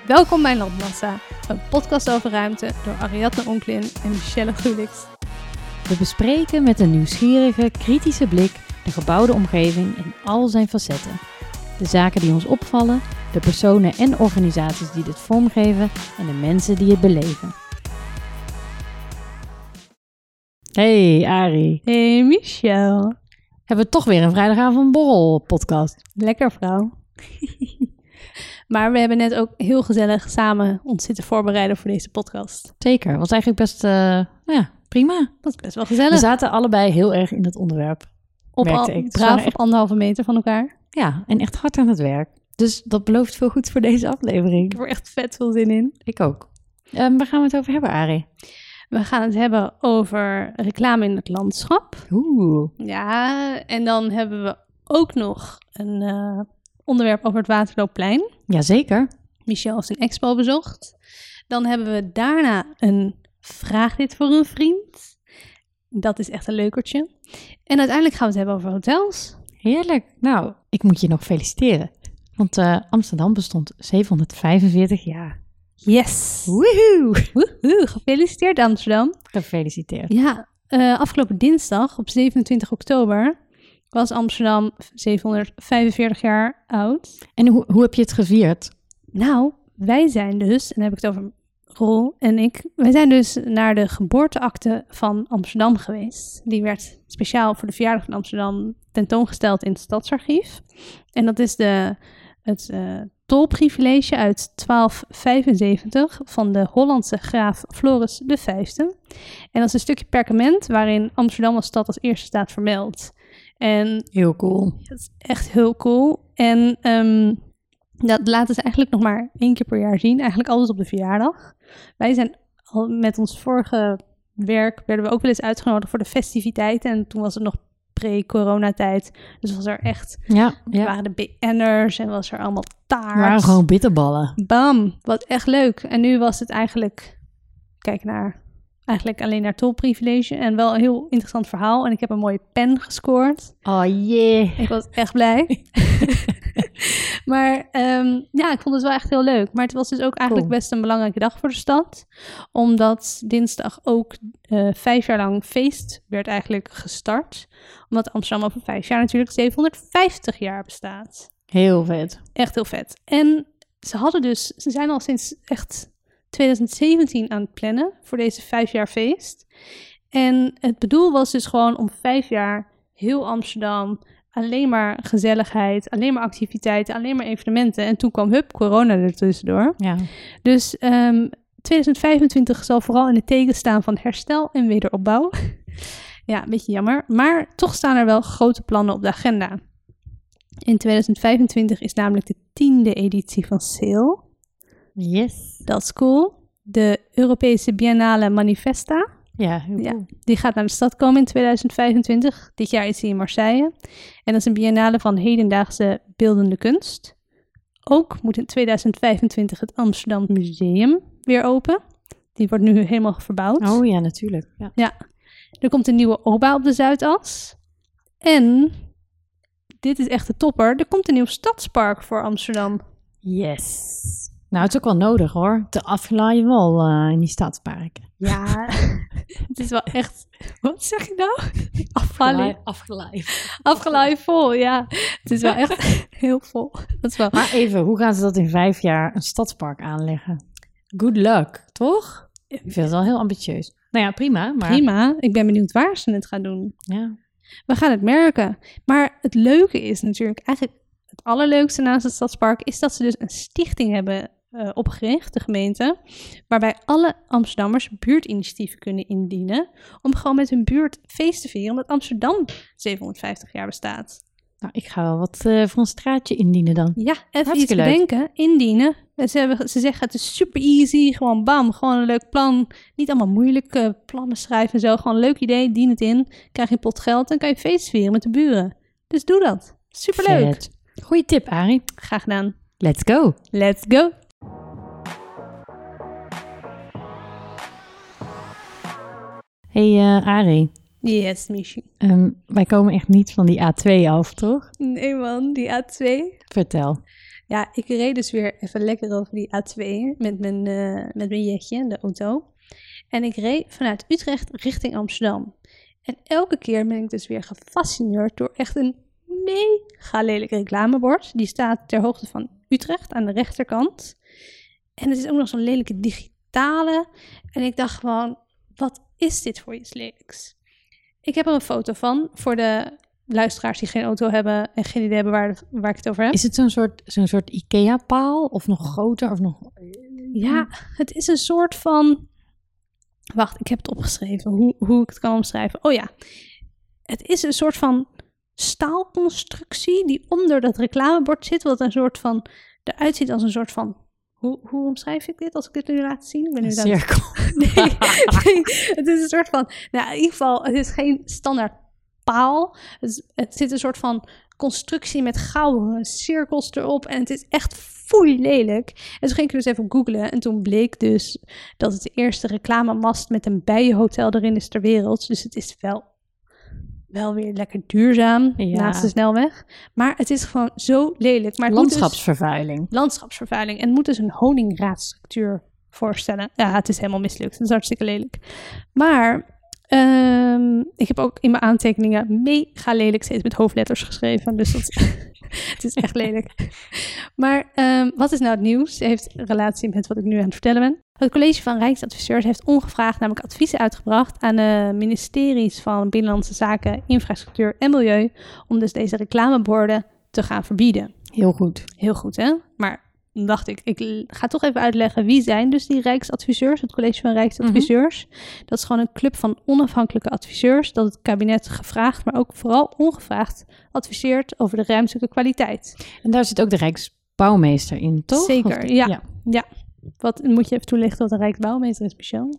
Welkom bij Landmassa, een podcast over ruimte door Ariadne Onklin en Michelle Gulix. We bespreken met een nieuwsgierige, kritische blik de gebouwde omgeving in al zijn facetten. De zaken die ons opvallen, de personen en organisaties die dit vormgeven en de mensen die het beleven. Hey Arie. Hey Michelle. Hebben we toch weer een vrijdagavond borrel podcast. Lekker vrouw. Maar we hebben net ook heel gezellig samen ons zitten voorbereiden voor deze podcast. Zeker, was eigenlijk best prima. Dat was best wel gezellig. We zaten allebei heel erg in het onderwerp. Braaf op 1,5 meter van elkaar. Ja, en echt hard aan het werk. Dus dat belooft veel goeds voor deze aflevering. Ik heb er echt vet veel zin in. Ik ook. Waar gaan we het over hebben, Arie? We gaan het hebben over reclame in het landschap. Oeh. Ja, en dan hebben we ook nog een onderwerp over het Waterloopplein. Jazeker. Michelle heeft een expo bezocht. Dan hebben we daarna een vraag dit voor een vriend. Dat is echt een leukertje. En uiteindelijk gaan we het hebben over hotels. Heerlijk. Nou, ik moet je nog feliciteren. Want Amsterdam bestond 745 jaar. Yes! Woehoe! Woehoe! Gefeliciteerd Amsterdam. Gefeliciteerd. Ja, afgelopen dinsdag op 27 oktober was Amsterdam 745 jaar oud. En hoe heb je het gevierd? Nou, wij zijn dus, en dan heb ik het over Roel en ik, wij zijn dus naar de geboorteakte van Amsterdam geweest. Die werd speciaal voor de verjaardag van Amsterdam tentoongesteld in het Stadsarchief. En dat is het tolprivilege uit 1275 van de Hollandse graaf Floris V. En dat is een stukje perkament waarin Amsterdam als stad als eerste staat vermeld. En heel cool. Dat is echt heel cool. En dat laten ze eigenlijk nog maar 1 keer per jaar zien. Eigenlijk altijd op de verjaardag. Wij zijn al met ons vorige werk, werden we ook wel eens uitgenodigd voor de festiviteiten. En toen was het nog pre-coronatijd. Dus was er echt, waren de BN'ers en was er allemaal taart. Er waren gewoon bitterballen. Bam, wat echt leuk. En nu was het eigenlijk, eigenlijk alleen naar tolprivilege. En wel een heel interessant verhaal. En ik heb een mooie pen gescoord. Oh yeah. Ik was echt blij. Maar ik vond het wel echt heel leuk. Maar het was dus ook eigenlijk best een belangrijke dag voor de stad. Omdat dinsdag ook 5 jaar lang feest werd eigenlijk gestart. Omdat Amsterdam over 5 jaar natuurlijk 750 jaar bestaat. Heel vet. Echt heel vet. En ze zijn al sinds echt 2017 aan het plannen voor deze 5 jaar feest. En het bedoel was dus gewoon om 5 jaar heel Amsterdam, alleen maar gezelligheid, alleen maar activiteiten, alleen maar evenementen. En toen kwam corona er tussendoor. Ja. Dus 2025 zal vooral in het teken staan van herstel en wederopbouw. Ja, een beetje jammer. Maar toch staan er wel grote plannen op de agenda. In 2025 is namelijk de 10e editie van Sail. Yes. Dat is cool. De Europese Biennale Manifesta. Ja, heel cool. Die gaat naar de stad komen in 2025. Dit jaar is die in Marseille. En dat is een biennale van hedendaagse beeldende kunst. Ook moet in 2025 het Amsterdam Museum weer open. Die wordt nu helemaal verbouwd. Oh ja, natuurlijk. Ja. Er komt een nieuwe OBA op de Zuidas. En, dit is echt de topper, er komt een nieuw stadspark voor Amsterdam. Yes. Nou, het is ook wel nodig hoor. Te afgeleiden wel in die stadsparken. Ja, het is wel echt... Wat zeg je nou? Afgeleid vol, ja. Het is wel echt heel vol. Dat is wel... Maar even, hoe gaan ze dat in 5 jaar een stadspark aanleggen? Good luck, toch? Ik vind het wel heel ambitieus. Nou ja, prima. Maar... Prima. Ik ben benieuwd waar ze het gaan doen. Ja. We gaan het merken. Maar het leuke is natuurlijk... Eigenlijk het allerleukste naast het stadspark... is dat ze dus een stichting hebben opgericht, de gemeente, waarbij alle Amsterdammers buurtinitiatieven kunnen indienen om gewoon met hun buurt feest te vieren, omdat Amsterdam 750 jaar bestaat. Nou, ik ga wel wat voor een straatje indienen dan. Ja, even Hartstikke iets bedenken, indienen. Ze zeggen het is super easy, gewoon bam, gewoon een leuk plan. Niet allemaal moeilijke plannen schrijven en zo, gewoon een leuk idee, dien het in, krijg je een pot geld en kan je feest vieren met de buren. Dus doe dat. Superleuk. Goeie tip, Arie. Graag gedaan. Let's go. Let's go. Hey Arie. Yes, Michi. Wij komen echt niet van die A2 af, toch? Nee man, die A2. Vertel. Ja, ik reed dus weer even lekker over die A2 met mijn jetje, de auto. En ik reed vanuit Utrecht richting Amsterdam. En elke keer ben ik dus weer gefascineerd door echt een mega lelijk reclamebord. Die staat ter hoogte van Utrecht aan de rechterkant. En het is ook nog zo'n lelijke digitale. En ik dacht gewoon, wat is dit voor iets lelijks? Ik heb er een foto van voor de luisteraars die geen auto hebben en geen idee hebben waar ik het over heb. Is het zo'n soort IKEA-paal of nog groter? Of nog... Ja, het is een soort van... Wacht, ik heb het opgeschreven, hoe ik het kan omschrijven. Oh ja, het is een soort van staalconstructie die onder dat reclamebord zit, wat een soort van eruit ziet als een soort van... Hoe omschrijf ik dit als ik dit nu laat zien? Ik ben nu een cirkel. Nee, het is een soort van... Nou, in ieder geval, het is geen standaard paal. Het zit een soort van constructie met gouden cirkels erop. En het is echt foei lelijk. En toen ging ik dus even googlen. En toen bleek dus dat het de eerste reclamemast met een bijenhotel erin is ter wereld. Dus het is wel weer lekker duurzaam naast de snelweg. Maar het is gewoon zo lelijk. Maar Landschapsvervuiling. Landschapsvervuiling. En het moet dus een honingraadstructuur voorstellen. Ja, het is helemaal mislukt. Het is hartstikke lelijk. Maar ik heb ook in mijn aantekeningen mega lelijk steeds met hoofdletters geschreven. Dus het is echt lelijk. Maar wat is nou het nieuws? Het heeft een relatie met wat ik nu aan het vertellen ben. Het College van Rijksadviseurs heeft ongevraagd namelijk adviezen uitgebracht aan de ministeries van Binnenlandse Zaken, Infrastructuur en Milieu om dus deze reclameborden te gaan verbieden. Heel goed. Heel goed, hè? Maar dan dacht ik ga toch even uitleggen wie zijn dus die Rijksadviseurs, het College van Rijksadviseurs. Dat is gewoon een club van onafhankelijke adviseurs dat het kabinet gevraagd, maar ook vooral ongevraagd adviseert over de ruimtelijke kwaliteit. En daar zit ook de Rijksbouwmeester in, toch? Zeker, ja. Wat moet je even toelichten wat een Rijksbouwmeester is, Michel?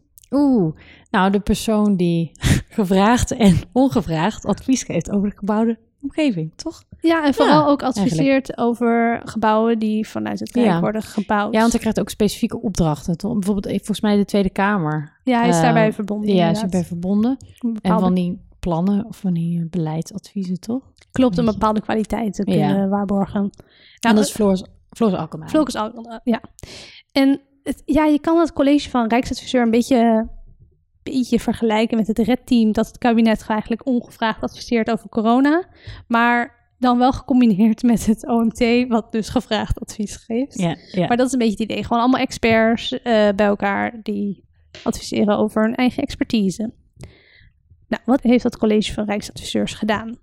Nou de persoon die gevraagd en ongevraagd advies geeft over de gebouwde omgeving, toch? Ja, en vooral ook adviseert over gebouwen die vanuit het Rijk worden gebouwd. Ja, want hij krijgt ook specifieke opdrachten. Bijvoorbeeld volgens mij de Tweede Kamer. Ja, hij is daarbij verbonden. Ja, hij is daarbij verbonden. En van die plannen of van die beleidsadviezen, toch? Klopt, een bepaalde kwaliteit te kunnen waarborgen. Nou, en dat is Floris Alkema. Floris Alkema, ja. En je kan het College van Rijksadviseur een beetje vergelijken met het RED-team dat het kabinet eigenlijk ongevraagd adviseert over corona. Maar dan wel gecombineerd met het OMT, wat dus gevraagd advies geeft. Ja. Maar dat is een beetje het idee. Gewoon allemaal experts bij elkaar die adviseren over hun eigen expertise. Nou, wat heeft dat College van Rijksadviseurs gedaan?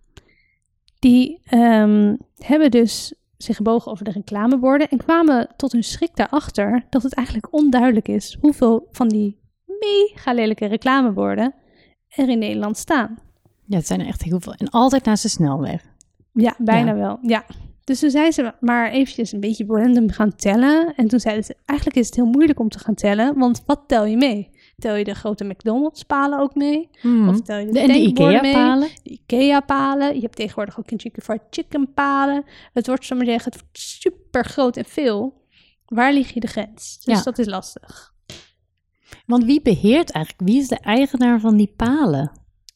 Die hebben dus zich gebogen over de reclameborden en kwamen tot hun schrik daarachter dat het eigenlijk onduidelijk is hoeveel van die mega lelijke reclameborden er in Nederland staan. Ja, het zijn er echt heel veel. En altijd naast de snelweg. Ja, bijna wel. Ja. Dus toen zijn ze maar eventjes een beetje random gaan tellen. En toen zeiden ze, eigenlijk is het heel moeilijk om te gaan tellen, want wat tel je mee? Tel je de grote McDonald's palen ook mee? Of tel je de IKEA-palen? De IKEA-palen. Je hebt tegenwoordig ook Kentucky Fried Chicken palen. Het wordt, zo maar zeggen, het wordt super groot en veel. Waar lig je de grens? Dus dat is lastig. Want wie beheert eigenlijk? Wie is de eigenaar van die palen?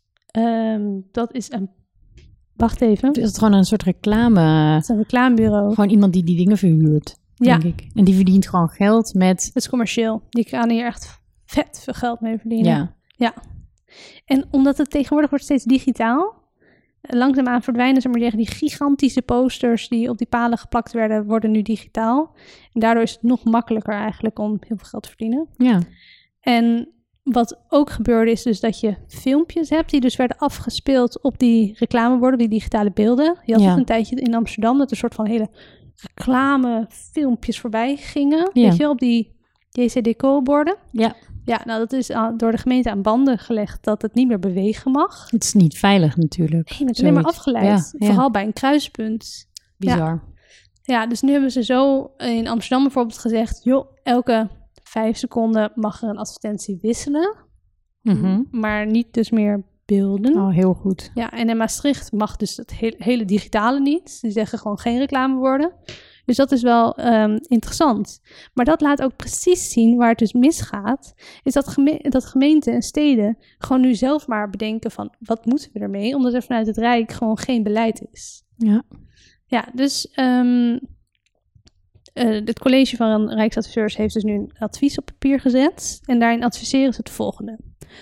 Dat is een... Wacht even. Is het gewoon een soort reclame? Het is een reclamebureau. Gewoon iemand die dingen verhuurt, denk ik. En die verdient gewoon geld met... Het is commercieel. Die kan hier echt vet veel geld mee verdienen. Ja. En omdat het tegenwoordig wordt steeds digitaal, langzaamaan verdwijnen ze maar zeggen, die gigantische posters die op die palen geplakt werden, worden nu digitaal. En daardoor is het nog makkelijker eigenlijk om heel veel geld te verdienen. Ja. En wat ook gebeurde is dus dat je filmpjes hebt die dus werden afgespeeld op die reclameborden, die digitale beelden. Je had het een tijdje in Amsterdam dat er een soort van hele reclamefilmpjes voorbij gingen. Weet je, op die JCDecaux-borden. Ja. Ja, nou dat is door de gemeente aan banden gelegd dat het niet meer bewegen mag. Het is niet veilig natuurlijk. Nee, het is alleen maar afgeleid. Ja. Vooral bij een kruispunt. Bizar. Ja, dus nu hebben ze zo in Amsterdam bijvoorbeeld gezegd, joh, elke 5 seconden mag er een advertentie wisselen. Maar niet dus meer beelden. Oh, heel goed. Ja, en in Maastricht mag dus het hele digitale niet. Die zeggen gewoon geen reclameborden. Dus dat is wel interessant. Maar dat laat ook precies zien waar het dus misgaat. Is dat gemeenten en steden gewoon nu zelf maar bedenken van, wat moeten we ermee? Omdat er vanuit het Rijk gewoon geen beleid is. Ja. Ja, dus Het college van Rijksadviseurs heeft dus nu een advies op papier gezet. En daarin adviseren ze het volgende.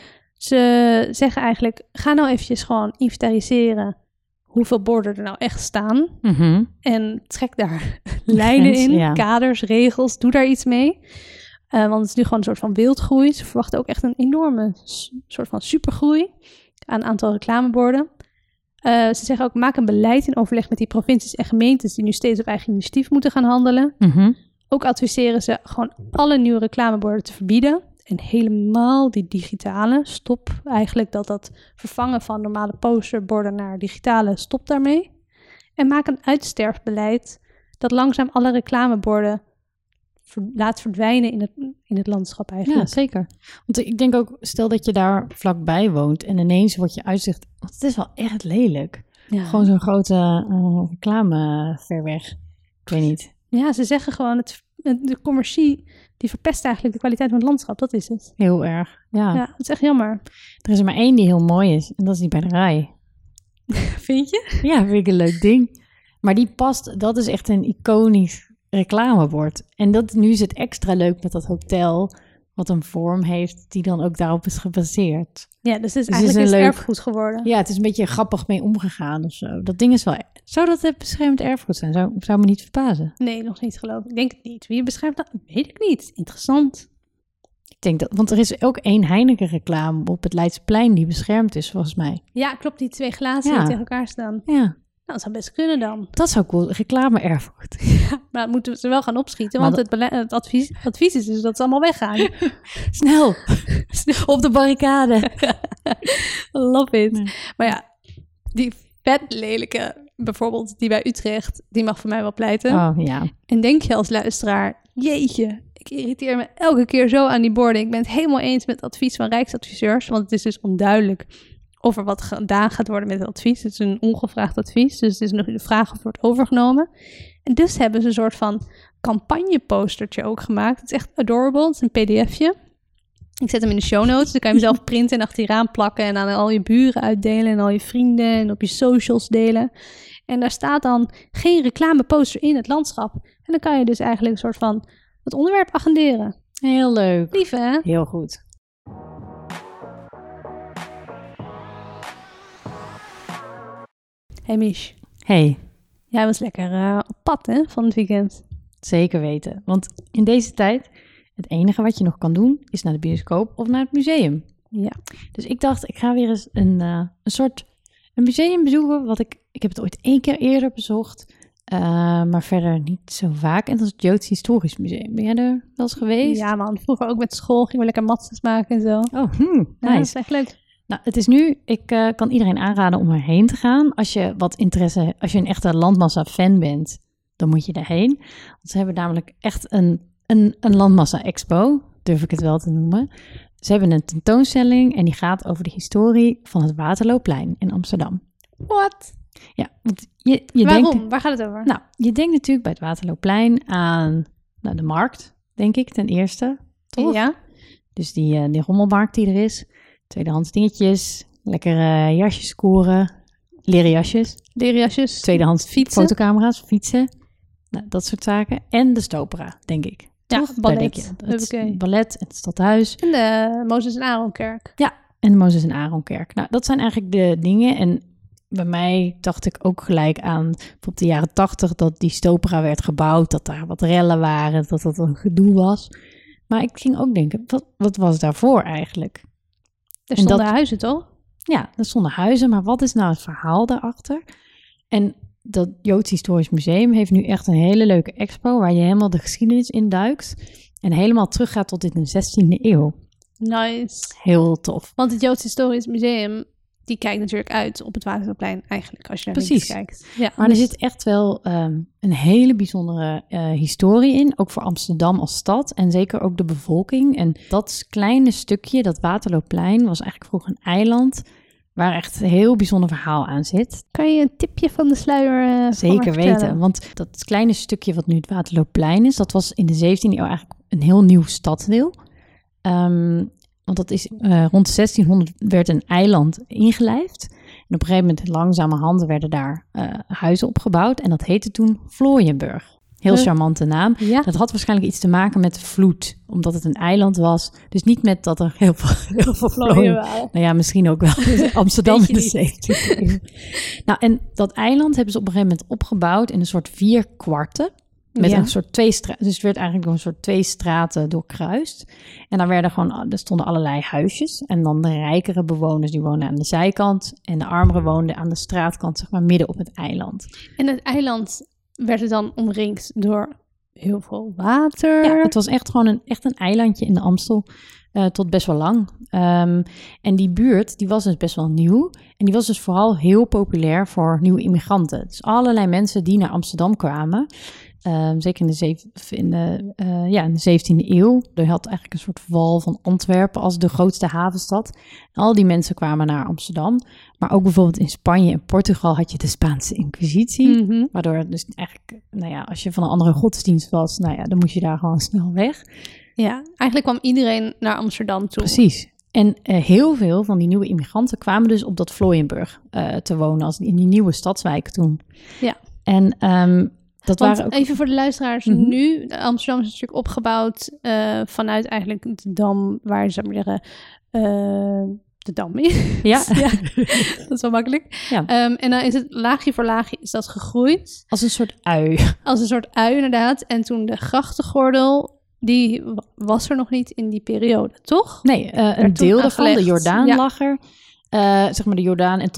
Ze zeggen eigenlijk, ga nou eventjes gewoon inventariseren hoeveel borden er nou echt staan. En trek daar lijnen in, kaders, regels, doe daar iets mee. Want het is nu gewoon een soort van wildgroei. Ze verwachten ook echt een enorme soort van supergroei aan aantal reclameborden. Ze zeggen ook, maak een beleid in overleg met die provincies en gemeentes die nu steeds op eigen initiatief moeten gaan handelen. Ook adviseren ze gewoon alle nieuwe reclameborden te verbieden. En helemaal die digitale, stop eigenlijk dat vervangen van normale posterborden naar digitale, stop daarmee. En maak een uitsterfbeleid dat langzaam alle reclameborden laat verdwijnen in het landschap eigenlijk. Ja, zeker. Want ik denk ook, stel dat je daar vlakbij woont en ineens wordt je uitzicht, want het is wel echt lelijk. Ja. Gewoon zo'n grote reclame ver weg. Ik weet niet. Ja, ze zeggen gewoon, de commercie, die verpest eigenlijk de kwaliteit van het landschap. Dat is het. Heel erg, ja. Ja, dat is echt jammer. Er is er maar één die heel mooi is en dat is die bij de Rij. Vind je? Ja, vind ik een leuk ding. Maar die past, dat is echt een iconisch reclamebord. En nu is het extra leuk met dat hotel, wat een vorm heeft die dan ook daarop is gebaseerd. Ja, dus het is eigenlijk erfgoed geworden. Ja, het is een beetje grappig mee omgegaan of zo. Dat ding is wel... Zou dat het beschermd erfgoed zijn? Zou me niet verbazen. Nee, nog niet geloof ik. Ik denk het niet. Wie beschermt dat? Weet ik niet. Interessant. Ik denk dat... Want er is ook één Heineken reclame op het Leidseplein die beschermd is, volgens mij. Ja, klopt. Die twee glazen die tegen elkaar staan. Ja. Nou, dat zou best kunnen dan. Dat zou cool. Reclame erfgoed. Ja, maar moeten ze wel gaan opschieten. Want het advies is dus dat ze allemaal weggaan. Snel. Op de barricade. Love it. Nee. Maar ja, die vet lelijke, bijvoorbeeld die bij Utrecht, die mag voor mij wel pleiten. Oh, ja. En denk je als luisteraar, jeetje, ik irriteer me elke keer zo aan die borden. Ik ben het helemaal eens met het advies van Rijksadviseurs. Want het is dus onduidelijk of er wat gedaan gaat worden met het advies. Het is een ongevraagd advies, dus het is nog de vraag of het wordt overgenomen. En dus hebben ze een soort van campagnepostertje ook gemaakt. Het is echt adorable, het is een pdfje. Ik zet hem in de show notes, dan kan je hem zelf printen en achter je raam plakken en aan al je buren uitdelen en al je vrienden en op je socials delen. En daar staat dan geen reclameposter in het landschap. En dan kan je dus eigenlijk een soort van het onderwerp agenderen. Heel leuk. Lief, hè? Heel goed. Hey Mich. Hey. Jij was lekker op pad, hè, van het weekend. Zeker weten. Want in deze tijd, het enige wat je nog kan doen, is naar de bioscoop of naar het museum. Ja. Dus ik dacht, ik ga weer eens een museum bezoeken. Ik heb het ooit 1 keer eerder bezocht, maar verder niet zo vaak. En dat is het Joods Historisch Museum. Ben jij er wel eens geweest? Ja man, vroeger ook met school gingen we lekker matjes maken en zo. Oh, nice. Ja, dat is echt leuk. Nou, het is nu, ik kan iedereen aanraden om erheen te gaan. Als je een echte landmassa-fan bent, dan moet je daarheen. Want ze hebben namelijk echt een landmassa-expo, durf ik het wel te noemen. Ze hebben een tentoonstelling en die gaat over de historie van het Waterloopplein in Amsterdam. Wat? Ja, want Waarom? denkt... Waar gaat het over? Nou, je denkt natuurlijk bij het Waterloopplein aan de markt, denk ik, ten eerste. Toch? Ja. Dus die rommelmarkt die er is. Tweedehands dingetjes, lekkere jasjes scoren, leren jasjes. Tweedehands fietsen. Fotocamera's, fietsen. Nou, dat soort zaken. En de Stopera, denk ik. Ja, toch? ballet. Het ballet en het stadhuis. En de Mozes en Aaronkerk. Ja, en de Mozes en Aaronkerk. Nou, dat zijn eigenlijk de dingen. En bij mij dacht ik ook gelijk aan bijvoorbeeld de jaren 80... dat die Stopera werd gebouwd, dat daar wat rellen waren, dat dat een gedoe was. Maar ik ging ook denken, wat was daarvoor eigenlijk? Er stonden huizen, toch? Ja, er stonden huizen, maar wat is nou het verhaal daarachter? En dat Joods Historisch Museum heeft nu echt een hele leuke expo waar je helemaal de geschiedenis induikt en helemaal teruggaat tot in de 16e eeuw. Nice. Heel tof. Want het Joods Historisch Museum, die kijkt natuurlijk uit op het Waterloopplein eigenlijk, als je naar links kijkt. Ja, maar er zit echt wel een hele bijzondere historie in, ook voor Amsterdam als stad en zeker ook de bevolking. En dat kleine stukje, dat Waterloopplein, was eigenlijk vroeger een eiland waar echt een heel bijzonder verhaal aan zit. Kan je een tipje van de sluier Zeker weten, want dat kleine stukje wat nu het Waterloopplein is, dat was in de 17e eeuw eigenlijk een heel nieuw stadsdeel. Want dat is rond 1600 werd een eiland ingelijfd. En op een gegeven moment langzamerhand werden daar huizen opgebouwd. En dat heette toen Vlooienburg. Heel charmante naam. Ja. Dat had waarschijnlijk iets te maken met de vloed, omdat het een eiland was. Dus niet met dat er heel veel vlooien waren. Nou ja, misschien ook wel. Amsterdam in Weet de 17e eeuw. Nou, en dat eiland hebben ze op een gegeven moment opgebouwd in een soort 4 kwarten. Met een soort 2 straten. Dus het werd eigenlijk door een soort 2 straten doorkruist. En daar er stonden allerlei huisjes. En dan de rijkere bewoners die woonden aan de zijkant. En de armere woonden aan de straatkant, zeg maar midden op het eiland. En het eiland werd het dan omringd door heel veel water. Ja, het was echt gewoon een eilandje in de Amstel. Tot best wel lang. En die buurt, die was dus best wel nieuw. En die was dus vooral heel populair voor nieuwe immigranten. Dus allerlei mensen die naar Amsterdam kwamen. Zeker in de 17e eeuw. Er had eigenlijk een soort wal van Antwerpen als de grootste havenstad. En al die mensen kwamen naar Amsterdam. Maar ook bijvoorbeeld in Spanje en Portugal had je de Spaanse Inquisitie. Mhm. Waardoor dus eigenlijk, als je van een andere godsdienst was, dan moest je daar gewoon snel weg. Ja, eigenlijk kwam iedereen naar Amsterdam toe. Precies. En heel veel van die nieuwe immigranten kwamen dus op dat Vlooienburg te wonen, als in die nieuwe stadswijk toen. Ja. En dat Want waren ook... even voor de luisteraars nu, Amsterdam is natuurlijk opgebouwd vanuit eigenlijk de Dam, waar ze maar zeggen, de Dam is. Ja. Ja, dat is wel makkelijk. Ja. En dan is het laagje voor laagje is dat gegroeid. Als een soort ui. Als een soort ui inderdaad. En toen de grachtengordel, die was er nog niet in die periode, toch? Nee, een deel daarvan, de Jordaan Ja. lag er. Zeg maar de Jordaan en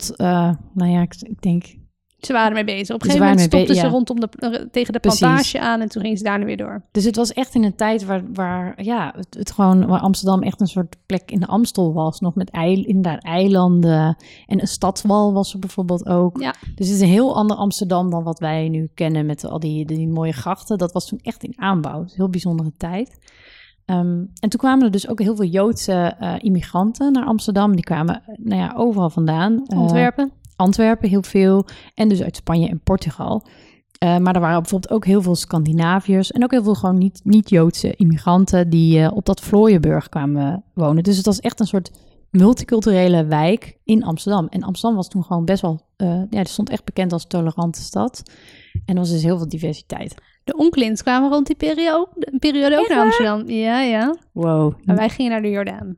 ik denk... Ze waren ermee bezig. Op een Ze gegeven moment waren mee stopten ze ja. rondom tegen de Precies. plantage aan en toen gingen ze daar nu weer door. Dus het was echt in een tijd waar Amsterdam echt een soort plek in de Amstel was. Nog met inderdaad eilanden. En een stadswal was er bijvoorbeeld ook. Ja. Dus het is een heel ander Amsterdam dan wat wij nu kennen met al die mooie grachten. Dat was toen echt in aanbouw. Het is een heel bijzondere tijd. En toen kwamen er dus ook heel veel Joodse immigranten naar Amsterdam. Die kwamen overal vandaan. Antwerpen heel veel. En dus uit Spanje en Portugal. Maar er waren bijvoorbeeld ook heel veel Scandinaviërs. En ook heel veel gewoon niet-Joodse immigranten die op dat Vlooienburg kwamen wonen. Dus het was echt een soort multiculturele wijk in Amsterdam. En Amsterdam was toen gewoon best wel... er stond echt bekend als tolerante stad. En er was dus heel veel diversiteit. De onklins kwamen rond die periode ook naar Amsterdam. Ja. Wow. Maar wij gingen naar de Jordaan.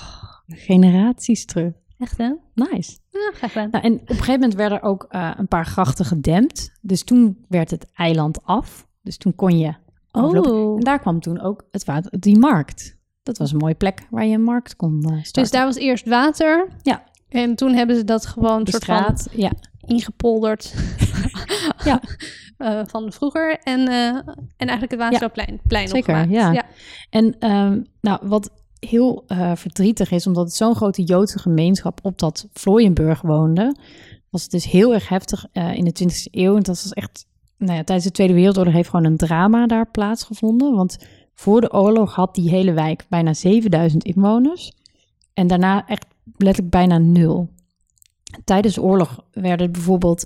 Generaties terug. Echt, hè? Nice. Ja, graag gedaan. Nou, en op een gegeven moment werden er ook een paar grachten gedempt. Dus toen werd het eiland af. Dus toen kon je aflopen. En daar kwam toen ook die markt. Dat was een mooie plek waar je een markt kon starten. Dus daar was eerst water. Ja. En toen hebben ze dat gewoon de soort straat, van ingepolderd. Ja. Van vroeger. En eigenlijk het Waterloopplein Zeker, opgemaakt. Ja. En wat heel verdrietig is, omdat het zo'n grote Joodse gemeenschap op dat Vlooienburg woonde, was het dus heel erg heftig in de 20e eeuw. En dat was echt, tijdens de Tweede Wereldoorlog heeft gewoon een drama daar plaatsgevonden. Want voor de oorlog had die hele wijk bijna 7000 inwoners. En daarna echt letterlijk bijna 0. Tijdens de oorlog werden bijvoorbeeld,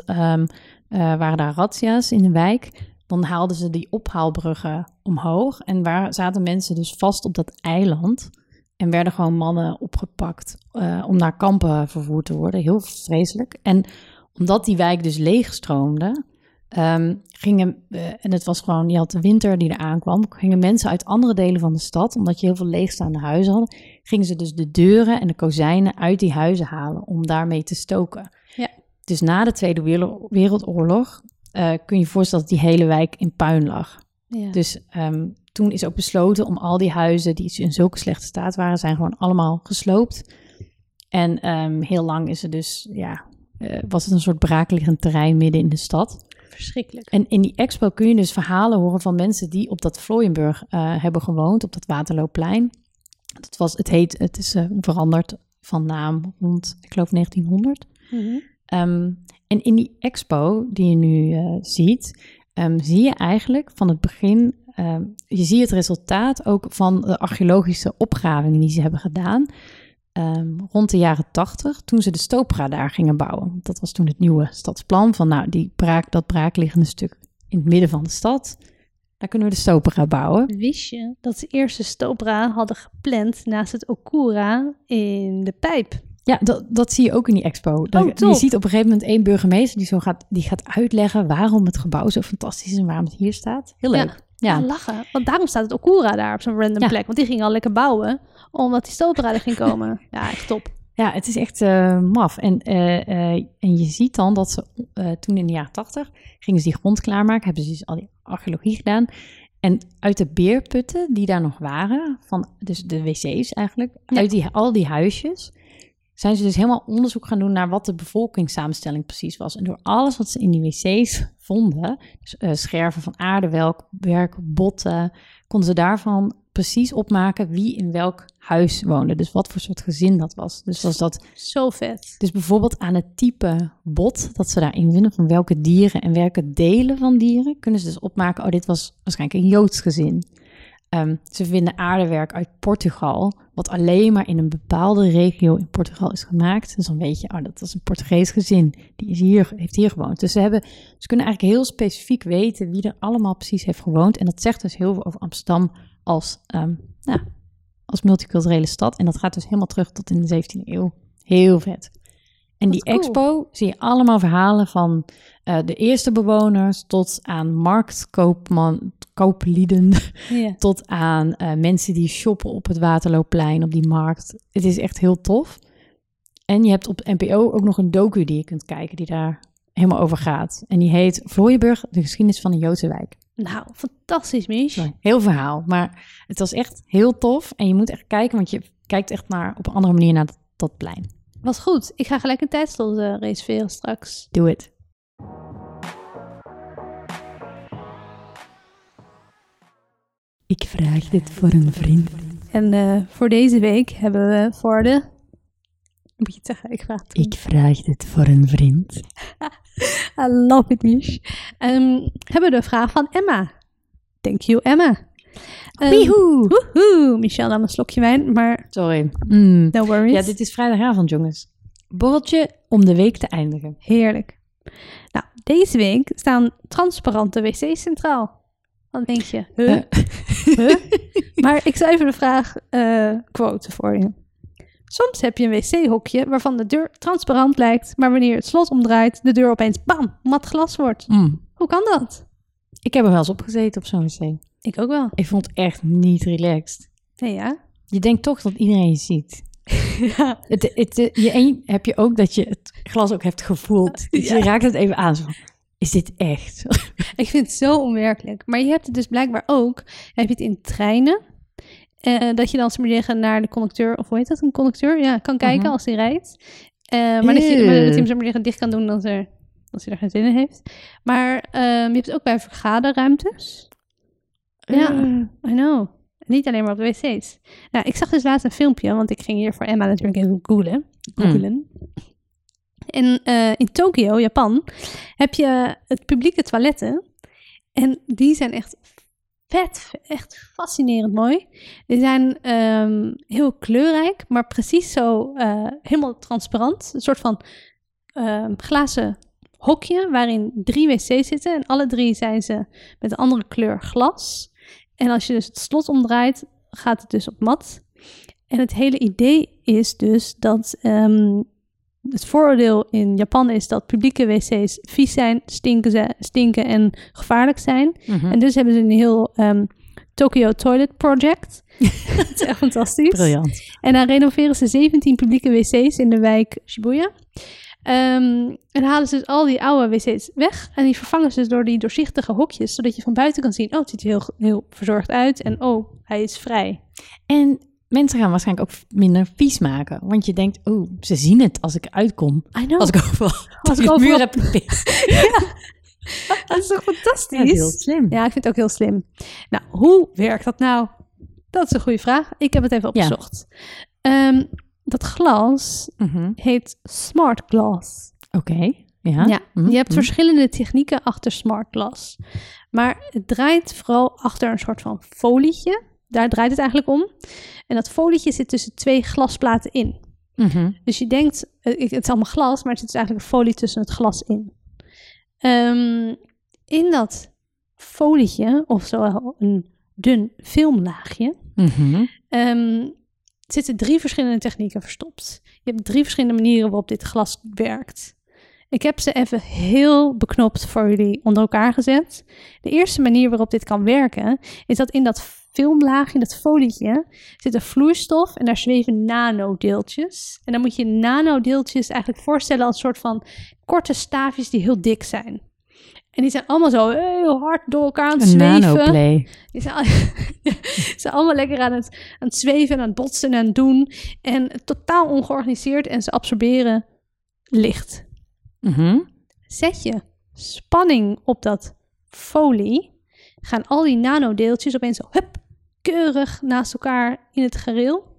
waren daar razzia's in de wijk. Dan haalden ze die ophaalbruggen omhoog. En zaten mensen dus vast op dat eiland. En werden gewoon mannen opgepakt om naar kampen vervoerd te worden. Heel vreselijk. En omdat die wijk dus leegstroomde, en het was gewoon, je had de winter die eraan kwam, gingen mensen uit andere delen van de stad, omdat je heel veel leegstaande huizen had, gingen ze dus de deuren en de kozijnen uit die huizen halen om daarmee te stoken. Ja. Dus na de Tweede Wereldoorlog kun je je voorstellen dat die hele wijk in puin lag. Ja. Dus toen is ook besloten om al die huizen die in zulke slechte staat waren, zijn gewoon allemaal gesloopt. En heel lang is het dus, was het een soort braakliggend terrein midden in de stad. Verschrikkelijk. En in die expo kun je dus verhalen horen van mensen die op dat Vlooienburg hebben gewoond, op dat Waterloopplein. Het is veranderd van naam rond, ik geloof 1900. Mm-hmm. En in die expo die je nu ziet, zie je eigenlijk van het begin, je ziet het resultaat ook van de archeologische opgravingen die ze hebben gedaan. Rond de jaren 80, toen ze de Stopra daar gingen bouwen. Dat was toen het nieuwe stadsplan van dat braakliggende stuk in het midden van de stad. Daar kunnen we de Stopra bouwen. Wist je dat ze eerst de Stopra hadden gepland naast het Okura in de Pijp? Ja, dat zie je ook in die expo. Je ziet op een gegeven moment 1 burgemeester die gaat uitleggen waarom het gebouw zo fantastisch is en waarom het hier staat. Heel leuk. Ja. Lachen. Want daarom staat het Okura daar op zo'n random plek. Want die ging al lekker bouwen, omdat die stoomparade ging komen. Ja, echt top. Ja, het is echt maf. En je ziet dan dat ze toen in de jaren 80 gingen ze die grond klaarmaken. Hebben ze dus al die archeologie gedaan. En uit de beerputten die daar nog waren, dus de wc's eigenlijk, uit al die huisjes, zijn ze dus helemaal onderzoek gaan doen naar wat de bevolkingssamenstelling precies was. En door alles wat ze in die wc's vonden, dus scherven van aardewerk, botten, konden ze daarvan precies opmaken wie in welk huis woonde. Dus wat voor soort gezin dat was. Dus was dat zo vet. Dus bijvoorbeeld aan het type bot dat ze daarin vinden, van welke dieren en welke delen van dieren, kunnen ze dus opmaken, dit was waarschijnlijk een Joods gezin. Ze vinden aardewerk uit Portugal, wat alleen maar in een bepaalde regio in Portugal is gemaakt. Dus dan weet je, dat was een Portugees gezin, heeft hier gewoond. Dus ze kunnen eigenlijk heel specifiek weten wie er allemaal precies heeft gewoond. En dat zegt dus heel veel over Amsterdam als multiculturele stad. En dat gaat dus helemaal terug tot in de 17e eeuw. Heel vet. En die expo zie je allemaal verhalen van de eerste bewoners tot aan kooplieden, tot aan mensen die shoppen op het Waterloopplein, op die markt. Het is echt heel tof. En je hebt op NPO ook nog een docu die je kunt kijken, die daar helemaal over gaat. En die heet Vlooienburg, de geschiedenis van de Joodse wijk. Nou, fantastisch, Mich. Heel verhaal, maar het was echt heel tof. En je moet echt kijken, want je kijkt echt op een andere manier naar dat plein. Was goed. Ik ga gelijk een tijdslot reserveren straks. Doe het. Ik vraag dit voor een vriend. En voor deze week hebben we voor de... Moet je het zeggen? Ik vraag het. Ik vraag dit voor een vriend. I love it, Mich. Hebben we de vraag van Emma. Thank you, Emma. Woehoe. Michel nam een slokje wijn, maar... Sorry. No worries. Ja, dit is vrijdagavond, jongens. Borreltje om de week te eindigen. Heerlijk. Nou, deze week staan transparante wc's centraal. Dan denk je, huh? Maar ik zal even de vraag quoten voor je. Soms heb je een wc-hokje waarvan de deur transparant lijkt, maar wanneer het slot omdraait, de deur opeens bam, mat glas wordt. Hoe kan dat? Ik heb er wel eens opgezeten op zo'n wc. Ik ook wel. Ik vond het echt niet relaxed. Nee, ja? Je denkt toch dat iedereen je ziet. Ja. Heb je ook dat je het glas ook hebt gevoeld. Dus je raakt het even aan. Zo, is dit echt? Ik vind het zo onwerkelijk. Maar je hebt het dus blijkbaar ook. Heb je het in treinen. Dat je dan zeggen naar de conducteur, of hoe heet dat, een conducteur? Ja, kan kijken als hij rijdt. Maar dat je hem zo maar dicht kan doen als hij er geen zin in heeft. Maar je hebt het ook bij vergaderruimtes. Ja, I know. Niet alleen maar op de wc's. Nou, ik zag dus laatst een filmpje, want ik ging hier voor Emma natuurlijk even googlen. En in Tokio, Japan, heb je het publieke toiletten. En die zijn echt vet, echt fascinerend mooi. Die zijn heel kleurrijk, maar precies zo helemaal transparant. Een soort van glazen hokje waarin 3 wc's zitten. En alle 3 zijn ze met een andere kleur glas. En als je dus het slot omdraait, gaat het dus op mat. En het hele idee is dus dat het vooroordeel in Japan is dat publieke wc's vies zijn, stinken en gevaarlijk zijn. En dus hebben ze een heel Tokyo Toilet Project. Dat is echt fantastisch. Briljant. En dan renoveren ze 17 publieke wc's in de wijk Shibuya. En halen ze dus al die oude wc's weg. En die vervangen ze dus door die doorzichtige hokjes. Zodat je van buiten kan zien, het ziet er heel, heel verzorgd uit. En hij is vrij. En mensen gaan waarschijnlijk ook minder vies maken. Want je denkt, ze zien het als ik eruit kom. I know. Als ik overal muur heb gepist. Ja. Dat is toch fantastisch? Ja, heel slim. Ja, ik vind het ook heel slim. Nou, hoe werkt dat nou? Dat is een goede vraag. Ik heb het even opgezocht. Ja. Dat glas heet smart glass. Oké. Ja. Je hebt verschillende technieken achter smart glass. Maar het draait vooral achter een soort van folietje. Daar draait het eigenlijk om. En dat folietje zit tussen 2 glasplaten in. Dus je denkt, het is allemaal glas, maar er zit dus eigenlijk een folie tussen het glas in. In dat folietje, of zo een dun filmlaagje, zitten 3 verschillende technieken verstopt. Je hebt 3 verschillende manieren waarop dit glas werkt. Ik heb ze even heel beknopt voor jullie onder elkaar gezet. De eerste manier waarop dit kan werken, is dat in dat filmlaagje, in dat folietje, zit een vloeistof en daar zweven nanodeeltjes. En dan moet je nanodeeltjes eigenlijk voorstellen als een soort van korte staafjes die heel dik zijn. En die zijn allemaal zo heel hard door elkaar aan het zweven. Nanoplay. Die zijn allemaal lekker aan het zweven en aan het botsen en aan het doen. En totaal ongeorganiseerd en ze absorberen licht. Zet je spanning op dat folie, gaan al die nanodeeltjes opeens zo keurig naast elkaar in het gareel.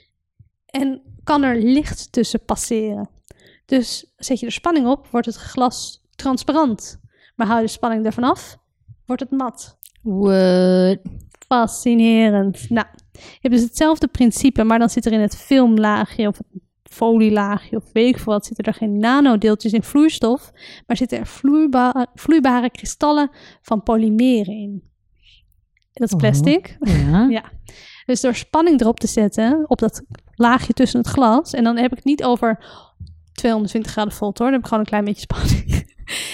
En kan er licht tussen passeren. Dus zet je er spanning op, wordt het glas transparant. Maar hou je de spanning ervan af, wordt het mat. What? Fascinerend. Nou, je hebt dus hetzelfde principe, maar dan zit er in het filmlaagje of het folielaagje of weet ik veel wat, zitten er geen nanodeeltjes in vloeistof, maar zitten er vloeibare kristallen van polymeren in. Dat is plastic. Ja. Ja. Dus door spanning erop te zetten, op dat laagje tussen het glas, en dan heb ik het niet over 220 graden volt hoor, dan heb ik gewoon een klein beetje spanning.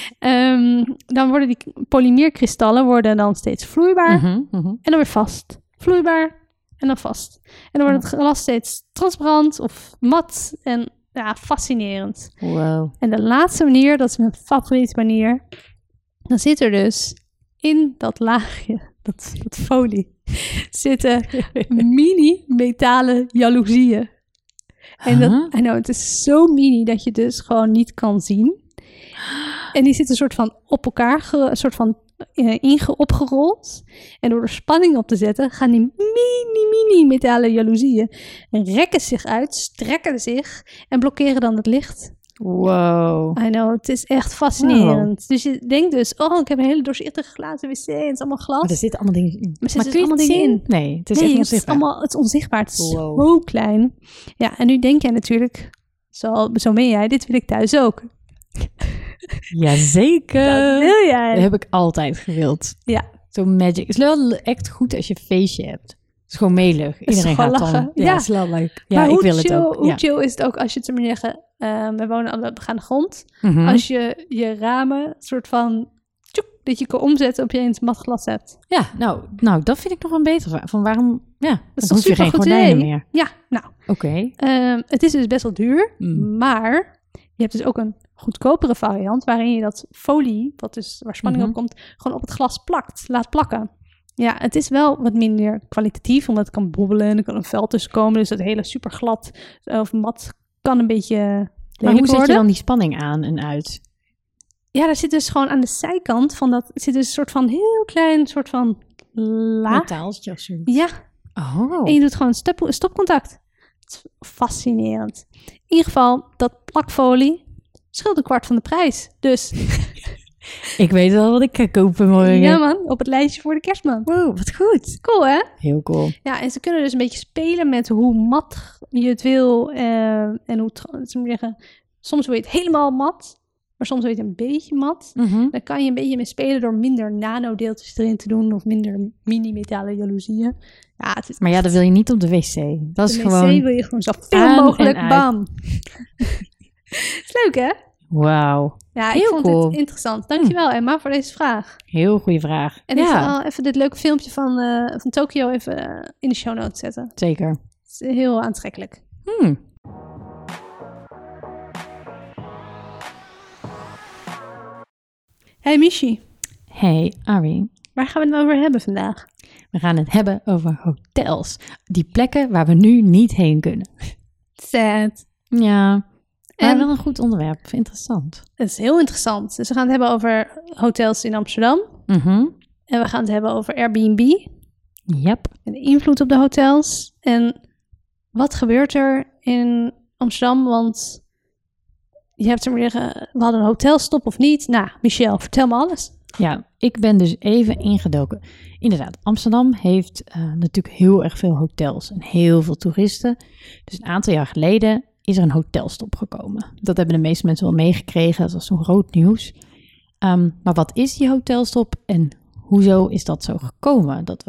Dan worden die polymeerkristallen dan steeds vloeibaar en dan weer vast. Vloeibaar en dan vast. En dan wordt het glas steeds transparant of mat en ja, fascinerend. Wow. En de laatste manier, dat is mijn favoriete manier, dan zit er dus in dat laagje, dat folie, zitten mini metalen jaloezieën. En het is zo mini dat je dus gewoon niet kan zien. En die zitten soort van op elkaar, opgerold. En door er spanning op te zetten, gaan die mini metalen jaloezieën rekken zich uit, strekken zich en blokkeren dan het licht. Wow. I know, het is echt fascinerend. Wow. Dus je denkt dus, ik heb een hele doorzichtige glazen wc en het is allemaal glas. Maar er zitten allemaal dingen in. Maar kun je allemaal dingen in? Nee, het is echt onzichtbaar. Het is onzichtbaar. Het is zo klein. Ja, en nu denk jij natuurlijk, zo ben jij, dit wil ik thuis ook. Jazeker. Dat wil jij. Dat heb ik altijd gewild. Ja. Zo'n magic. Het is wel echt goed als je een feestje hebt. Het is gewoon melig. Iedereen gaat lachen. Dan. Ja, het is wel leuk. Ja, maar ik wil het ook. Hoe chill is het ook als je het zo maar zeggen, we wonen aan de begaande grond. Als je ramen soort van, dat je kan omzetten op je eens matglas hebt. Ja, nou, dat vind ik nog een betere. Van waarom, dat is dan hoef je geen gordijnen meer. Ja, nou. Oké. Het is dus best wel duur, maar je hebt dus ook een goedkopere variant waarin je dat folie, waar spanning op komt, gewoon op het glas laat plakken. Ja, het is wel wat minder kwalitatief, omdat het kan bobbelen en er kan een vel tussen komen. Dus dat hele super glad of mat kan een beetje lelijk worden. Maar hoe zet je dan die spanning aan en uit? Ja, daar zit dus gewoon aan de zijkant van dat, zit dus een soort van heel klein soort van laag. Metaaltje of zo. Ja. Oh. En je doet gewoon een stopcontact. Het is fascinerend. In ieder geval, dat plakfolie scheelt 1/4 van de prijs. Dus ik weet wel wat ik ga kopen morgen. ja man, op het lijstje voor de kerstman. Wow, wat goed. Cool hè? Heel cool. Ja, en ze kunnen dus een beetje spelen met hoe mat je het wil. En hoe, soms wil je het helemaal mat. Maar soms wil je het een beetje mat. Dan kan je een beetje mee spelen door minder nanodeeltjes erin te doen. Of minder mini-metalen jaloezieën. Ja, het is maar dat wil je niet op de wc. Dat is de gewoon wc wil je gewoon zo veel mogelijk. Bam. Is leuk hè? Wauw. Ja, ik vond het interessant. Dankjewel Emma voor deze vraag. Heel goede vraag. En ik zal even dit leuke filmpje van Tokio even in de show notes zetten. Zeker. Het is heel aantrekkelijk. Hey Michi. Hey Ari. Waar gaan we het over hebben vandaag? We gaan het hebben over hotels. Die plekken waar we nu niet heen kunnen. Sad. Ja, maar wel een goed onderwerp. Interessant. Het is heel interessant. Dus we gaan het hebben over hotels in Amsterdam. En we gaan het hebben over Airbnb. Yep. En de invloed op de hotels. En wat gebeurt er in Amsterdam? Want je hebt we hadden een hotelstop of niet? Nou, Michelle, vertel me alles. Ja, ik ben dus even ingedoken. Inderdaad, Amsterdam heeft natuurlijk heel erg veel hotels en heel veel toeristen. Dus een aantal jaar geleden is er een hotelstop gekomen. Dat hebben de meeste mensen wel meegekregen. Dat was zo'n groot nieuws. Maar wat is die hotelstop en hoezo is dat zo gekomen dat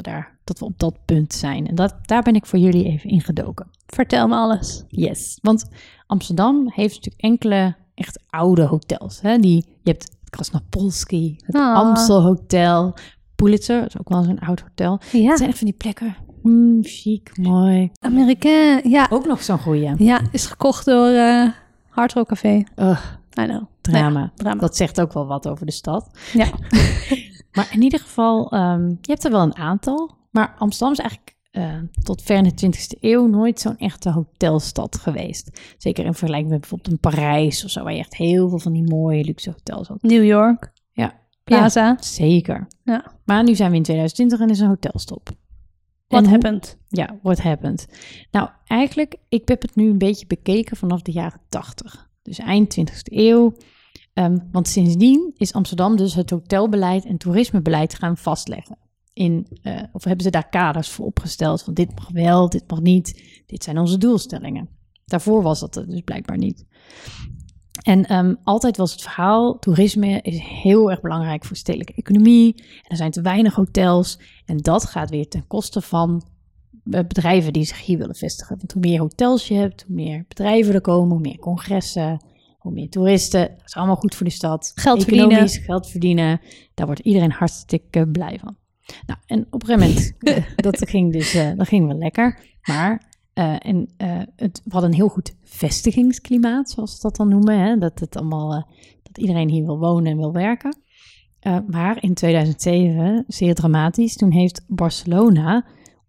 dat we op dat punt zijn. En daar ben ik voor jullie even ingedoken. Vertel me alles. Yes, want Amsterdam heeft natuurlijk enkele echt oude hotels. Hè? Je hebt het Krasnopolski, het Amstel Hotel, Pulitzer, dat is ook wel zo'n oud hotel. Ja. Het zijn echt van die plekken, chic, mooi. Amerikaan, ja. Ook nog zo'n goeie. Ja, is gekocht door Hard Rock Café. I know. Drama. Ja, drama. Dat zegt ook wel wat over de stad. Ja. Maar in ieder geval, je hebt er wel een aantal. Maar Amsterdam is eigenlijk tot ver in de 20e eeuw nooit zo'n echte hotelstad geweest. Zeker in vergelijking met bijvoorbeeld een Parijs of zo, waar je echt heel veel van die mooie luxe hotels had. New York. Ja. Plaza. Ja, zeker. Ja. Maar nu zijn we in 2020 en is een hotelstop. What happened? Ja, what happened? Nou, eigenlijk, ik heb het nu een beetje bekeken vanaf de jaren 80. Dus eind 20e eeuw. Want sindsdien is Amsterdam dus het hotelbeleid en toerismebeleid gaan vastleggen. Of hebben ze daar kaders voor opgesteld van dit mag wel, dit mag niet. Dit zijn onze doelstellingen. Daarvoor was dat dus blijkbaar niet. En altijd was het verhaal, toerisme is heel erg belangrijk voor de stedelijke economie. En er zijn te weinig hotels. En dat gaat weer ten koste van bedrijven die zich hier willen vestigen. Want hoe meer hotels je hebt, hoe meer bedrijven er komen, hoe meer congressen, hoe meer toeristen. Dat is allemaal goed voor de stad. Geld Economisch, geld verdienen. Daar wordt iedereen hartstikke blij van. Nou, en op een gegeven moment, dat ging wel lekker. Maar we hadden een heel goed vestigingsklimaat, zoals ze dat dan noemen. Hè? Dat iedereen hier wil wonen en wil werken. Maar in 2007, zeer dramatisch, toen heeft Barcelona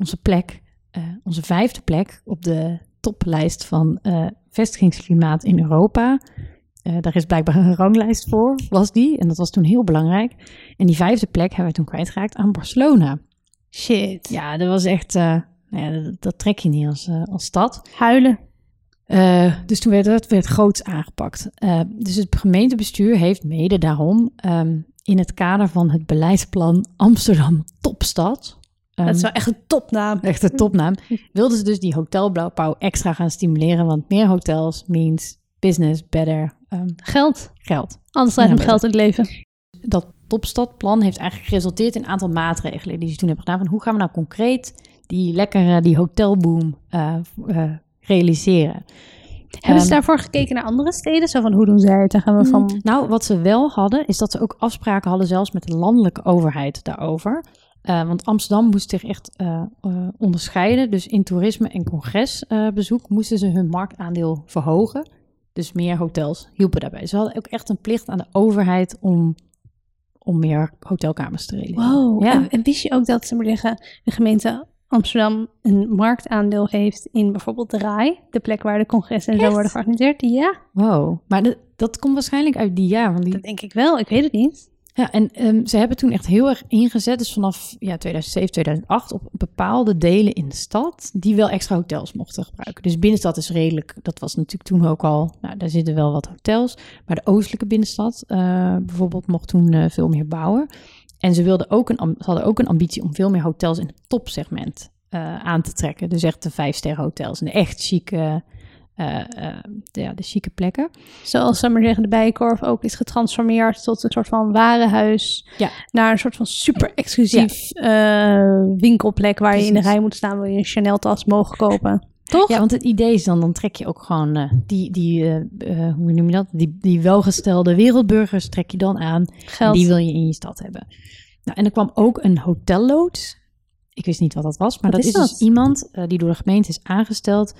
onze 5e plek op de toplijst van vestigingsklimaat in Europa. Daar is blijkbaar een ranglijst voor, was die. En dat was toen heel belangrijk. En die 5e plek hebben we toen kwijtgeraakt aan Barcelona. Shit. Ja, dat was echt... dat trek je niet als stad. Huilen. Dus toen werd het groots aangepakt. Dus het gemeentebestuur heeft mede daarom in het kader van het beleidsplan Amsterdam Topstad... dat is wel echt een topnaam. Echt een topnaam. Wilden ze dus die hotelbouw extra gaan stimuleren. Want meer hotels means business, better. Geld. Anders Alles draait om geld in het leven. Dat Topstadplan heeft eigenlijk geresulteerd in een aantal maatregelen die ze toen hebben gedaan. Van hoe gaan we nou concreet die hotelboom realiseren? Hebben ze daarvoor gekeken naar andere steden? Zo van, hoe doen zij het? Daar gaan we van... Nou, wat ze wel hadden, is dat ze ook afspraken hadden zelfs met de landelijke overheid daarover. Want Amsterdam moest zich echt onderscheiden. Dus in toerisme en congresbezoek moesten ze hun marktaandeel verhogen. Dus meer hotels hielpen daarbij. Ze hadden ook echt een plicht aan de overheid om meer hotelkamers te realiseren. Wow. Ja. En wist je ook dat, zeg maar zeggen, de gemeente Amsterdam een marktaandeel heeft in bijvoorbeeld de RAI, de plek waar de congressen en zo worden georganiseerd? Ja. Wow. Maar dat komt waarschijnlijk uit die jaar. Want Dat denk ik wel. Ik weet het niet. Ja, en ze hebben toen echt heel erg ingezet, dus vanaf 2007, 2008, op bepaalde delen in de stad die wel extra hotels mochten gebruiken. Dus binnenstad is redelijk, dat was natuurlijk toen ook al, nou, daar zitten wel wat hotels. Maar de oostelijke binnenstad bijvoorbeeld mocht toen veel meer bouwen. En ze hadden ook een ambitie om veel meer hotels in het topsegment aan te trekken. Dus echt de 5-sterren hotels en de echt chique... de chique plekken. Zoals, zeg maar zeggen, de Bijenkorf ook is getransformeerd tot een soort van warenhuis. Ja. Naar een soort van super exclusief winkelplek waar je in de rij moet staan, wil je een Chanel tas mogen kopen. Toch? Ja, want het idee is dan trek je ook gewoon hoe noem je dat? Die welgestelde wereldburgers trek je dan aan. Geld. En die wil je in je stad hebben. Nou, en er kwam ook een hotelloods. Ik wist niet wat dat was, maar dat is dus iemand die door de gemeente is aangesteld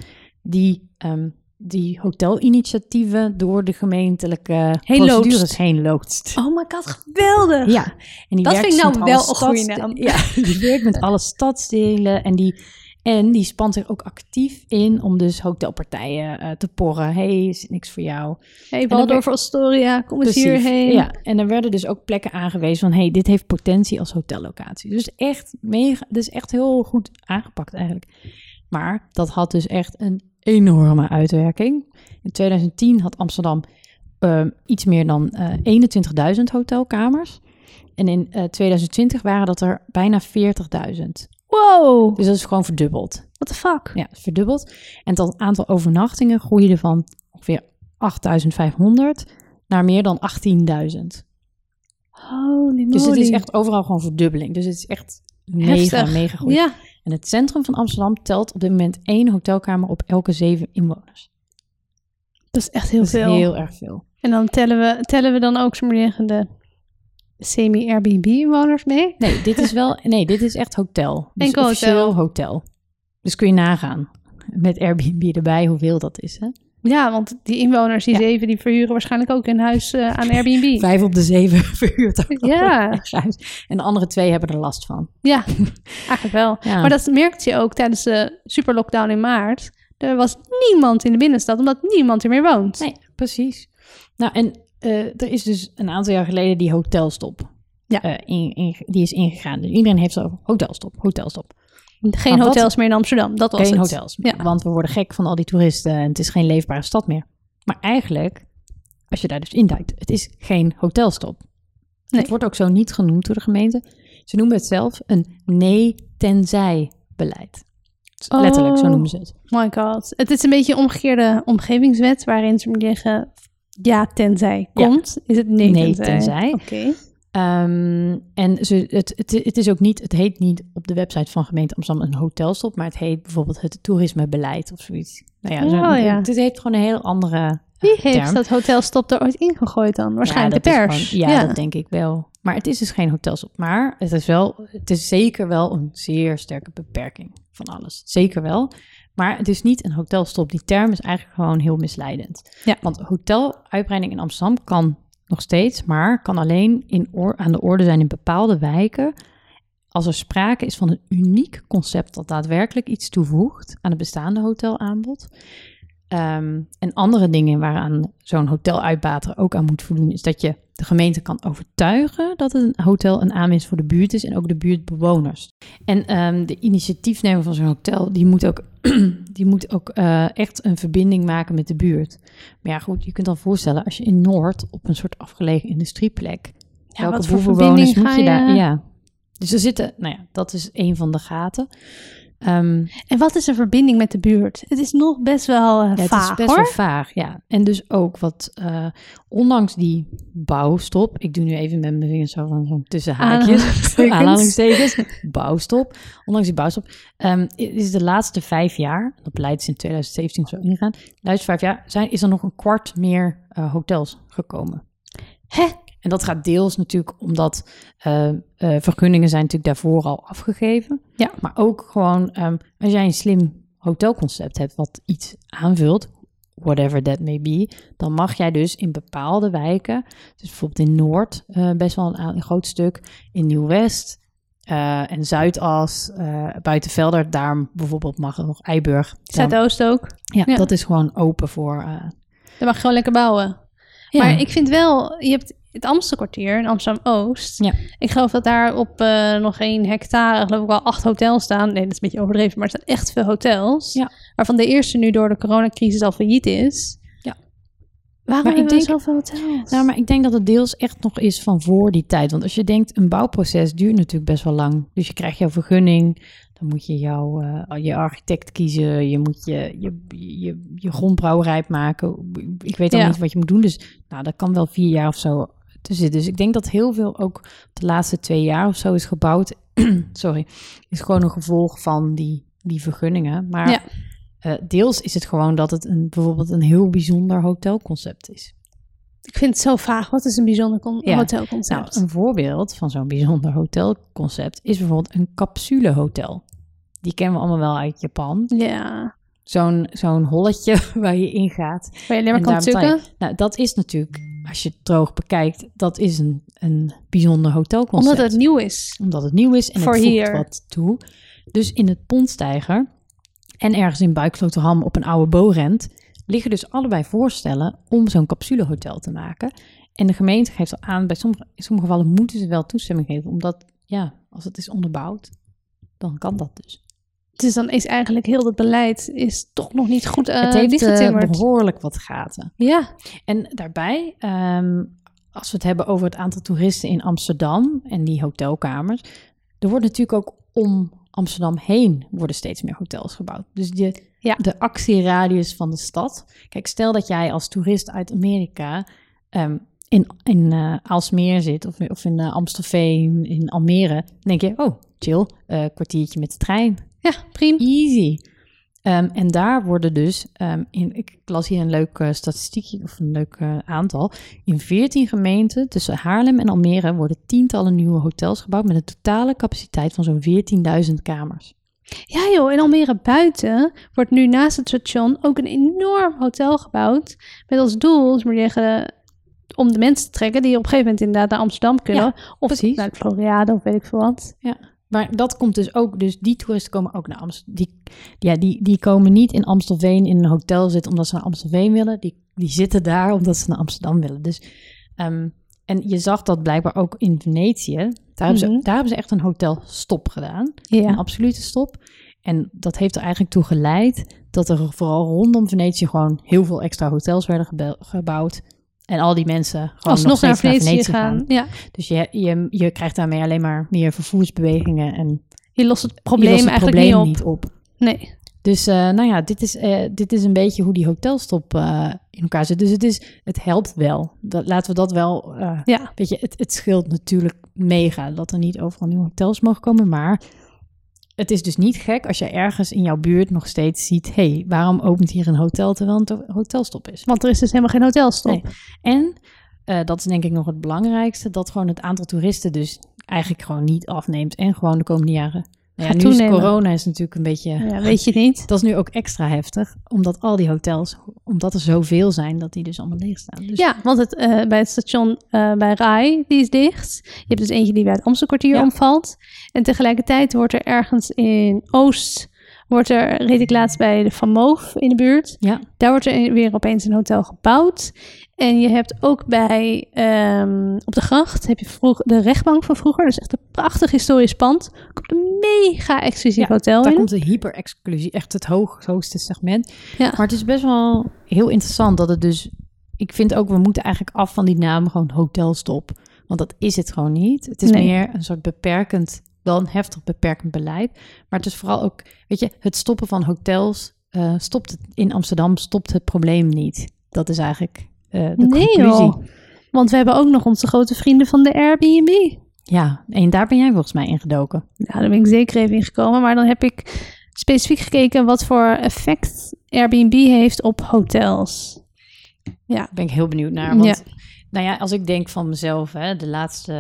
die hotelinitiatieven door de gemeentelijke procedures heen loodst. Oh my god, geweldig! Ja, en die dat vind ik nou wel een goede naam. Ja, die werkt met alle stadsdelen en die spant zich ook actief in om dus hotelpartijen te porren. Hey, is niks voor jou? Hey, Waldorf Astoria, kom eens hierheen. Ja, en er werden dus ook plekken aangewezen van, hey, dit heeft potentie als hotellocatie. Dus echt echt heel goed aangepakt eigenlijk. Maar dat had dus echt een enorme uitwerking. In 2010 had Amsterdam iets meer dan 21.000 hotelkamers. En in 2020 waren dat er bijna 40.000. Wow! Dus dat is gewoon verdubbeld. What the fuck? Ja, verdubbeld. En het aantal overnachtingen groeide van ongeveer 8.500 naar meer dan 18.000. Holy moly. Dus het is echt overal gewoon verdubbeling. Dus het is echt mega goed. Ja. En het centrum van Amsterdam telt op dit moment 1 hotelkamer op elke 7 inwoners. Dat is echt heel Dat is veel. heel erg veel. En dan tellen we dan ook zo'n zeggen de semi-Airbnb-inwoners mee? Nee, dit is echt hotel. Dus Enkel officieel hotel. Dus kun je nagaan met Airbnb erbij hoeveel dat is, hè? Ja, want die inwoners, die 7, die verhuren waarschijnlijk ook hun huis aan Airbnb. 5 op de 7 verhuurt ook Ja. een huis. En de andere 2 hebben er last van. Ja, eigenlijk wel. Ja. Maar dat merkte je ook tijdens de superlockdown in maart. Er was niemand in de binnenstad, omdat niemand er meer woont. Nee, precies. Nou, en er is dus een aantal jaar geleden die hotelstop. Ja. Die is ingegaan. Dus iedereen heeft zo hotelstop. Geen Maar hotels meer in Amsterdam, dat was Geen het. hotels, Ja. want we worden gek van al die toeristen en het is geen leefbare stad meer. Maar eigenlijk, als je daar dus induikt, het is geen hotelstop. Nee. Het wordt ook zo niet genoemd door de gemeente. Ze noemen het zelf een nee-tenzij beleid. Letterlijk, zo noemen ze het. My god. Het is een beetje een omgekeerde omgevingswet, waarin ze zeggen, ja, tenzij komt. Is het nee, Nee, tenzij? tenzij. Oké. En het is ook niet, het heet niet op de website van gemeente Amsterdam een hotelstop, maar het heet bijvoorbeeld het toerismebeleid of zoiets. Nou ja, Het heeft gewoon een heel andere Wie heeft term. dat hotelstop er ooit ingegooid dan? Waarschijnlijk de dat is pers. gewoon- dat denk ik wel. Maar het is dus geen hotelstop. Maar het is zeker wel een zeer sterke beperking van alles. Zeker wel. Maar het is niet een hotelstop. Die term is eigenlijk gewoon heel misleidend. Ja. Want hoteluitbreiding in Amsterdam kan nog steeds, maar kan alleen aan de orde zijn in bepaalde wijken als er sprake is van een uniek concept dat daadwerkelijk iets toevoegt aan het bestaande hotelaanbod. En andere dingen waaraan zo'n hoteluitbater ook aan moet voldoen, is dat je de gemeente kan overtuigen dat een hotel een aanwinst voor de buurt is en ook de buurtbewoners. En de initiatiefnemer van zo'n hotel, die moet ook echt een verbinding maken met de buurt. Maar ja, goed, je kunt dan voorstellen, als je in Noord op een soort afgelegen industrieplek, Ja, wat welke voor boerenbewoners verbinding moet je ga je- daar? Ja. Dus er zitten, dat is een van de gaten. En wat is een verbinding met de buurt? Het is nog best wel Ja, vaag, het is best hoor. wel vaag, ja. En dus ook wat, ondanks die bouwstop, ik doe nu even met mijn vingers zo van zo'n tussen haakjes, aanhalingstekens, bouwstop. Ondanks die bouwstop, is de laatste 5 jaar, dat beleid is in 2017 zo ingegaan, de laatste 5 jaar is er nog een kwart meer hotels gekomen. Hè? En dat gaat deels natuurlijk omdat vergunningen zijn natuurlijk daarvoor al afgegeven. Ja. Maar ook gewoon als jij een slim hotelconcept hebt wat iets aanvult, whatever that may be, dan mag jij dus in bepaalde wijken, dus bijvoorbeeld in Noord best wel een groot stuk, in Nieuw-West en Zuidas, Buitenvelder, daar bijvoorbeeld mag er nog Eiburg. Zuidoost ook. Ja, Ja. dat is gewoon open voor... Daar mag je gewoon lekker bouwen. Ja. Maar ik vind wel, je hebt het Amstelkwartier in Amsterdam-Oost. Ja. Ik geloof dat daar op nog 1 hectare, geloof ik wel 8 hotels staan. Nee, dat is een beetje overdreven, maar er staan echt veel hotels. Ja. Waarvan de eerste nu door de coronacrisis al failliet is. Ja. Waarom Maar ik hebben we denk- zoveel hotels? Nou, maar ik denk dat het deels echt nog is van voor die tijd. Want als je denkt, een bouwproces duurt natuurlijk best wel lang. Dus je krijgt jouw vergunning, dan moet je je architect kiezen, je moet je grondbouwrijp maken. Ik weet al Ja. niet wat je moet doen, dus dat kan wel 4 jaar of zo te zitten. Dus ik denk dat heel veel ook de laatste 2 jaar of zo is gebouwd. Sorry, is gewoon een gevolg van die vergunningen. Maar Ja. deels is het gewoon dat het bijvoorbeeld een heel bijzonder hotelconcept is. Ik vind het zo vaag. Wat is een bijzonder Ja. hotelconcept? Nou, een voorbeeld van zo'n bijzonder hotelconcept is bijvoorbeeld een capsulehotel. Die kennen we allemaal wel uit Japan. Ja. Zo'n holletje waar je in gaat. Waar je alleen maar En kan daar betaal je. tukken. Nou, dat is natuurlijk, als je het droog bekijkt, dat is een bijzonder hotelconcept. Omdat het nieuw is. Omdat het nieuw is en Voor het voegt hier. wat toe. Dus in het Pontstijger en ergens in Buiksloterham op een oude Borent liggen dus allebei voorstellen om zo'n capsulehotel te maken. En de gemeente geeft al aan, in sommige gevallen moeten ze wel toestemming geven, omdat als het is onderbouwd, dan kan dat dus. Dus dan is eigenlijk heel het beleid is toch nog niet goed Het heeft dichtgetimmerd. behoorlijk wat gaten. Ja. En daarbij, als we het hebben over het aantal toeristen in Amsterdam en die hotelkamers, er wordt natuurlijk ook om Amsterdam heen worden steeds meer hotels gebouwd. Dus de actieradius van de stad. Kijk, stel dat jij als toerist uit Amerika in Aalsmeer zit of in Amstelveen, in Almere, dan denk je, oh, chill, kwartiertje met de trein. Ja, prima. Easy. En daar worden dus, ik las hier een leuk statistiekje of een leuk aantal. In 14 gemeenten tussen Haarlem en Almere worden tientallen nieuwe hotels gebouwd met een totale capaciteit van zo'n 14.000 kamers. Ja joh, in Almere buiten wordt nu naast het station ook een enorm hotel gebouwd. Met als doel, dus maar zeggen, om de mensen te trekken die op een gegeven moment inderdaad naar Amsterdam kunnen. Ja, of precies. naar de Floriade of weet ik veel wat. Ja, maar dat komt dus ook, dus die toeristen komen ook naar Amsterdam. Die komen niet in Amstelveen in een hotel zitten omdat ze naar Amstelveen willen. Die zitten daar omdat ze naar Amsterdam willen. Dus, en je zag dat blijkbaar ook in Venetië. Daar hebben ze echt een hotelstop gedaan. Ja. Een absolute stop. En dat heeft er eigenlijk toe geleid dat er vooral rondom Venetië gewoon heel veel extra hotels werden gebouwd. En al die mensen gewoon alsnog nog steeds naar Venetië gaan. Ja. Dus je krijgt daarmee alleen maar meer vervoersbewegingen. En Je lost het probleem eigenlijk niet op. Nee. Dus dit is een beetje hoe die hotelstop in elkaar zit. Dus het helpt wel. Laten we dat wel... Weet je, het scheelt natuurlijk mega dat er niet overal nieuwe hotels mogen komen. Maar het is dus niet gek als je ergens in jouw buurt nog steeds ziet... hey, waarom opent hier een hotel terwijl het een hotelstop is? Want er is dus helemaal geen hotelstop. Nee. En dat is denk ik nog het belangrijkste... dat gewoon het aantal toeristen dus eigenlijk gewoon niet afneemt... en gewoon de komende jaren... Ja, nu is corona is natuurlijk een beetje... Ja, weet je niet. Dat is nu ook extra heftig, omdat al die hotels, omdat er zoveel zijn, dat die dus allemaal leeg staan. Dus... Ja, want bij het station bij Rai, die is dicht. Je hebt dus eentje die bij het Amstelkwartier omvalt. En tegelijkertijd wordt er ergens in Oost, reed ik laatst bij de Van Moof in de buurt. Ja. Daar wordt er weer opeens een hotel gebouwd. En je hebt ook bij, op de gracht, heb je de rechtbank van vroeger. Dus echt een prachtig historisch pand. Er komt een mega exclusief hotel daar in. Komt een hyper-exclusief, echt het hoogste segment. Ja. Maar het is best wel heel interessant dat het dus... Ik vind ook, we moeten eigenlijk af van die naam gewoon hotelstop. Want dat is het gewoon niet. Het is meer een soort beperkend, wel een heftig beperkend beleid. Maar het is vooral ook, weet je, het stoppen van hotels in Amsterdam stopt het probleem niet. Dat is eigenlijk... de conclusie. Joh. Want we hebben ook nog onze grote vrienden van de Airbnb. Ja, en daar ben jij volgens mij ingedoken. Ja, daar ben ik zeker even ingekomen. Maar dan heb ik specifiek gekeken wat voor effect Airbnb heeft op hotels. Ja. Daar ben ik heel benieuwd naar. Want als ik denk van mezelf, de laatste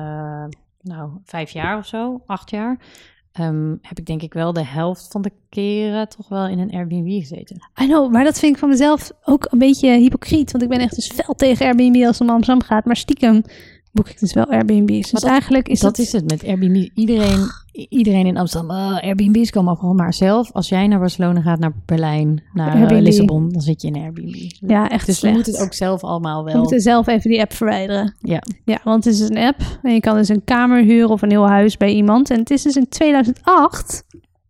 5 jaar of zo, 8 jaar... heb ik denk ik wel de helft van de keren toch wel in een Airbnb gezeten. I know, maar dat vind ik van mezelf ook een beetje hypocriet. Want ik ben echt dus fel tegen Airbnb als het om Amsterdam gaat. Maar stiekem boek ik dus wel Airbnb's. Dus eigenlijk is dat is het met Airbnb. Iedereen in Amsterdam, Airbnb's komen afval. Maar zelf, als jij naar Barcelona gaat, naar Berlijn, naar Lissabon, dan zit je in een Airbnb. Ja, echt Dus slecht. we moeten het ook zelf allemaal wel... We moeten zelf even die app verwijderen. Ja. Ja, want het is een app en je kan dus een kamer huren of een heel huis bij iemand. En het is dus in 2008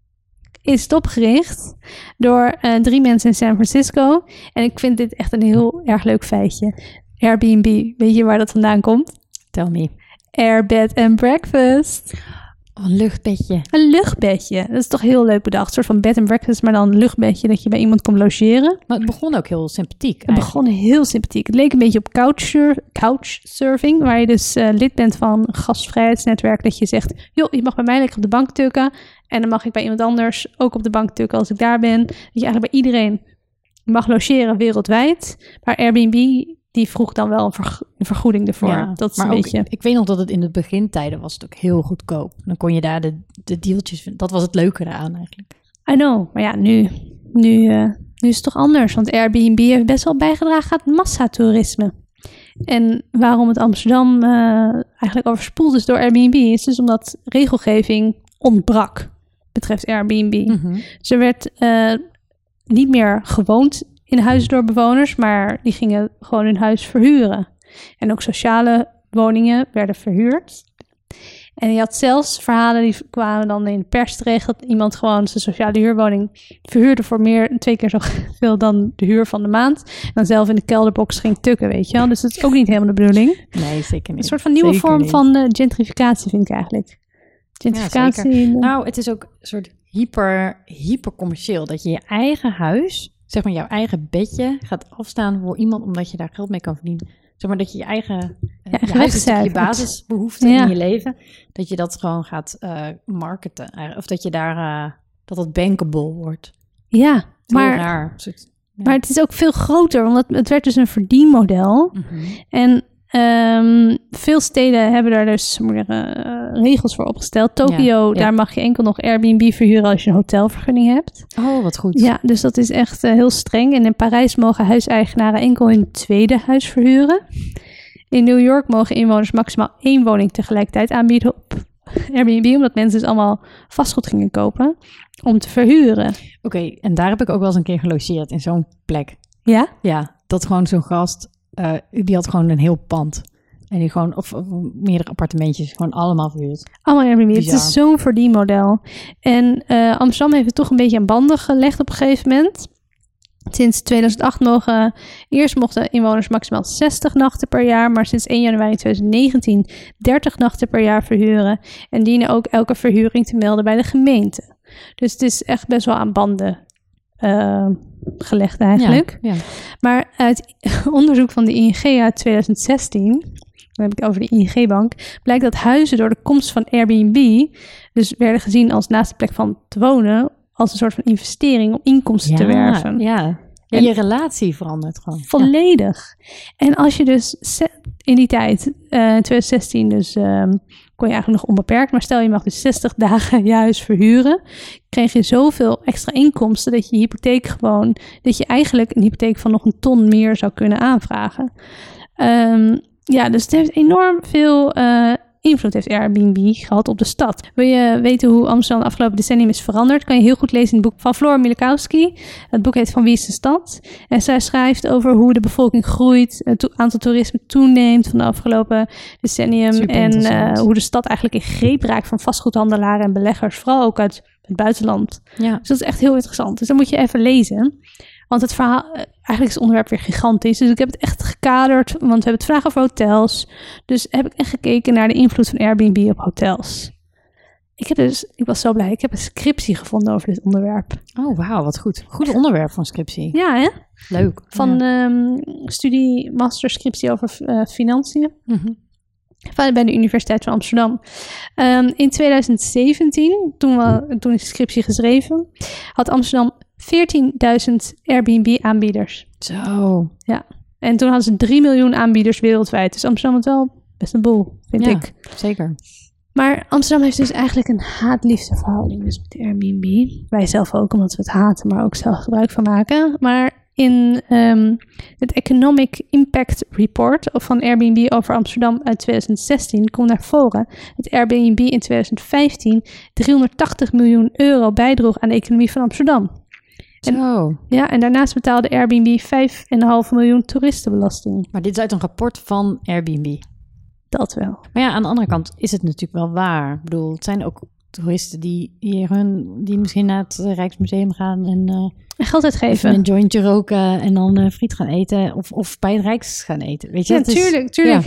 is het opgericht door 3 mensen in San Francisco. En ik vind dit echt een heel erg leuk feitje. Airbnb, weet je waar dat vandaan komt? Tell me. Air, bed and breakfast. Een luchtbedje. Een luchtbedje. Dat is toch heel leuk bedacht. Een soort van bed and breakfast, maar dan een luchtbedje dat je bij iemand komt logeren. Maar het begon ook heel sympathiek. Het begon heel sympathiek. Het leek een beetje op couchsurfing, waar je dus lid bent van een gastvrijheidsnetwerk. Dat je zegt, joh, je mag bij mij lekker op de bank tukken. En dan mag ik bij iemand anders ook op de bank tukken als ik daar ben. Dat je eigenlijk bij iedereen mag logeren wereldwijd. Maar Airbnb... die vroeg dan wel een vergoeding ervoor. Ja, dat is maar een ook, beetje... ik weet nog dat het in de begintijden was het ook heel goedkoop. Dan kon je daar de deeltjes vinden. Dat was het leuke eraan eigenlijk. I know. Maar ja, nu is het toch anders. Want Airbnb heeft best wel bijgedragen aan het massatoerisme. En waarom het Amsterdam eigenlijk overspoeld is door Airbnb... is dus omdat regelgeving ontbrak betreft Airbnb. Mm-hmm. Dus er werd niet meer gewoond in huizen door bewoners, maar die gingen gewoon hun huis verhuren. En ook sociale woningen werden verhuurd. En je had zelfs verhalen die kwamen dan in de pers terecht, dat iemand gewoon zijn sociale huurwoning verhuurde voor 2 keer zoveel dan de huur van de maand. En dan zelf in de kelderbox ging tukken, weet je wel. Dus dat is ook niet helemaal de bedoeling. Nee, zeker niet. Een soort van nieuwe vorm van gentrificatie vind ik eigenlijk. Gentrificatie. Ja, nou, het is ook een soort hyper commercieel. Dat je je eigen huis, zeg maar jouw eigen bedje, gaat afstaan voor iemand omdat je daar geld mee kan verdienen. zeg maar dat je je eigen Ja, je huis is toch je wegcijfert. basisbehoeften Ja. in je leven, dat je dat gewoon gaat marketen. Of dat je daar, dat het bankable wordt. Ja, Heel maar, raar. maar het is ook veel groter, omdat het werd dus een verdienmodel. En veel steden hebben daar dus regels voor opgesteld. Tokio, daar mag je enkel nog Airbnb verhuren als je een hotelvergunning hebt. Oh, wat goed. Ja, dus dat is echt heel streng. En in Parijs mogen huiseigenaren enkel hun tweede huis verhuren. In New York mogen inwoners maximaal 1 woning tegelijkertijd aanbieden op Airbnb, omdat mensen dus allemaal vastgoed gingen kopen om te verhuren. Oké, en daar heb ik ook wel eens een keer gelogeerd in zo'n plek. Ja? Ja, dat gewoon zo'n gast, die had gewoon een heel pand. En die gewoon, of meerdere appartementjes, gewoon allemaal verhuurd. Allemaal Airbnb. Bizar. Het is zo'n verdienmodel. En Amsterdam heeft het toch een beetje aan banden gelegd op een gegeven moment. Sinds 2008 mochten inwoners maximaal 60 nachten per jaar, maar sinds 1 januari 2019 30 nachten per jaar verhuren en dienen ook elke verhuring te melden bij de gemeente. Dus het is echt best wel aan banden gelegd eigenlijk. Ja. Maar uit onderzoek van de ING uit 2016, dan heb ik over de ING-bank, blijkt dat huizen door de komst van Airbnb dus werden gezien als naast de plek van te wonen, als een soort van investering om inkomsten te werven. Ja, En je relatie verandert gewoon. volledig. En als je dus in die tijd, 2016 dus, kon je eigenlijk nog onbeperkt, maar stel je mag dus 60 dagen je huis verhuren, kreeg je zoveel extra inkomsten dat je hypotheek gewoon, dat je eigenlijk een hypotheek van nog 1 ton meer zou kunnen aanvragen. Dus het heeft enorm veel invloed heeft Airbnb gehad op de stad. Wil je weten hoe Amsterdam de afgelopen decennium is veranderd? Kan je heel goed lezen in het boek van Floor Milikowski. Het boek heet Van Wie is de Stad? En zij schrijft over hoe de bevolking groeit, het aantal toerisme toeneemt van de afgelopen decennium en hoe de stad eigenlijk in greep raakt van vastgoedhandelaren en beleggers, vooral ook uit het buitenland. Ja. Dus dat is echt heel interessant. Dus dat moet je even lezen. Want het verhaal, eigenlijk is het onderwerp weer gigantisch. Dus ik heb het echt gekaderd, want we hebben het vragen over hotels. Dus heb ik echt gekeken naar de invloed van Airbnb op hotels. Ik was zo blij. Ik heb een scriptie gevonden over dit onderwerp. Oh, wauw, wat goed. Goed onderwerp van scriptie. Ja, hè? Leuk. Van studie masterscriptie over financiën. Bij de Universiteit van Amsterdam. In 2017, toen is de scriptie geschreven, had Amsterdam 14.000 Airbnb-aanbieders. Zo. Ja. En toen hadden ze 3 miljoen aanbieders wereldwijd. Dus Amsterdam had wel best een boel, vind ik. Zeker. Maar Amsterdam heeft dus eigenlijk een haat-liefde verhouding dus met Airbnb. Wij zelf ook, omdat we het haten, maar ook zelf gebruik van maken. Maar in het Economic Impact Report van Airbnb over Amsterdam uit 2016 komt naar voren dat Airbnb in 2015 380 miljoen euro bijdroeg aan de economie van Amsterdam. En daarnaast betaalde Airbnb 5,5 miljoen toeristenbelasting. Maar dit is uit een rapport van Airbnb. Dat wel. Maar ja, aan de andere kant is het natuurlijk wel waar. Ik bedoel, het zijn ook toeristen die misschien naar het Rijksmuseum gaan en geld uitgeven. Een jointje roken en dan friet gaan eten of bij het Rijks gaan eten. Weet je? Ja, tuurlijk.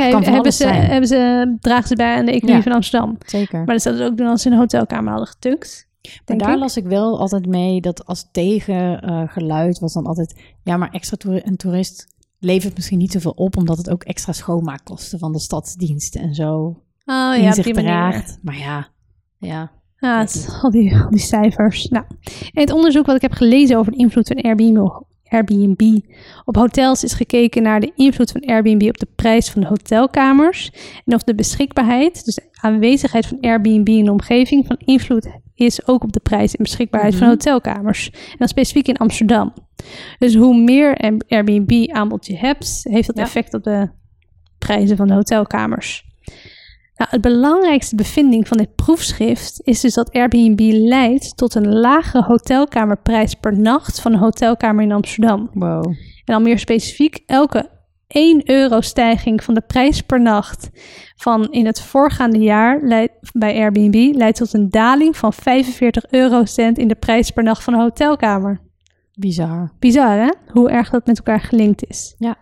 Dragen ze bij aan de economie van Amsterdam. Zeker. Maar dat zouden ze ook doen als ze een hotelkamer hadden getukt. Maar daar las ik wel altijd mee dat als tegengeluid was dan altijd, ja, maar een toerist levert misschien niet zoveel op, omdat het ook extra schoonmaakkosten van de stadsdiensten en zo in zich draagt. Maar ja, al die cijfers. Nou, in het onderzoek wat ik heb gelezen over de invloed van Airbnb op hotels is gekeken naar de invloed van Airbnb op de prijs van de hotelkamers en of de beschikbaarheid, dus de aanwezigheid van Airbnb in de omgeving, van invloed is ook op de prijs en beschikbaarheid van hotelkamers. En dan specifiek in Amsterdam. Dus hoe meer Airbnb aanbod je hebt, heeft dat effect op de prijzen van de hotelkamers. Nou, het belangrijkste bevinding van dit proefschrift is dus dat Airbnb leidt tot een lagere hotelkamerprijs per nacht van een hotelkamer in Amsterdam. Wow. En dan meer specifiek, elke 1 euro stijging van de prijs per nacht van in het voorgaande jaar bij Airbnb leidt tot een daling van 45 eurocent in de prijs per nacht van een hotelkamer. Bizar, hè? Hoe erg dat met elkaar gelinkt is. Ja.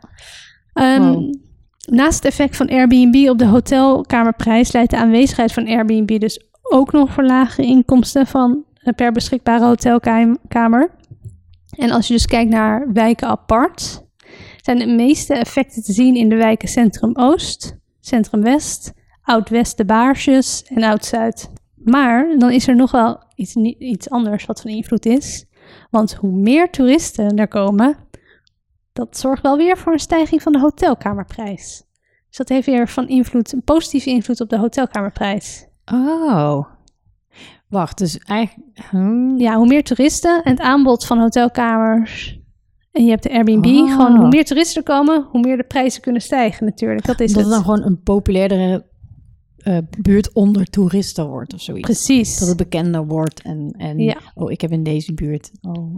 Naast het effect van Airbnb op de hotelkamerprijs leidt de aanwezigheid van Airbnb dus ook nog voor lagere inkomsten van per beschikbare hotelkamer. En als je dus kijkt naar wijken apart, zijn de meeste effecten te zien in de wijken Centrum Oost, Centrum West, Oud-West de Baarsjes en Oud-Zuid. Maar dan is er nog wel iets anders wat van invloed is. Want hoe meer toeristen er komen, dat zorgt wel weer voor een stijging van de hotelkamerprijs. Dus dat heeft weer een positieve invloed op de hotelkamerprijs. Oh, wacht, dus eigenlijk... Ja, hoe meer toeristen en het aanbod van hotelkamers... En je hebt de Airbnb, gewoon hoe meer toeristen er komen, hoe meer de prijzen kunnen stijgen natuurlijk. Dat is het dan gewoon een populairdere buurt onder toeristen wordt of zoiets. Precies. Dat het bekender wordt en oh, ik heb in deze buurt.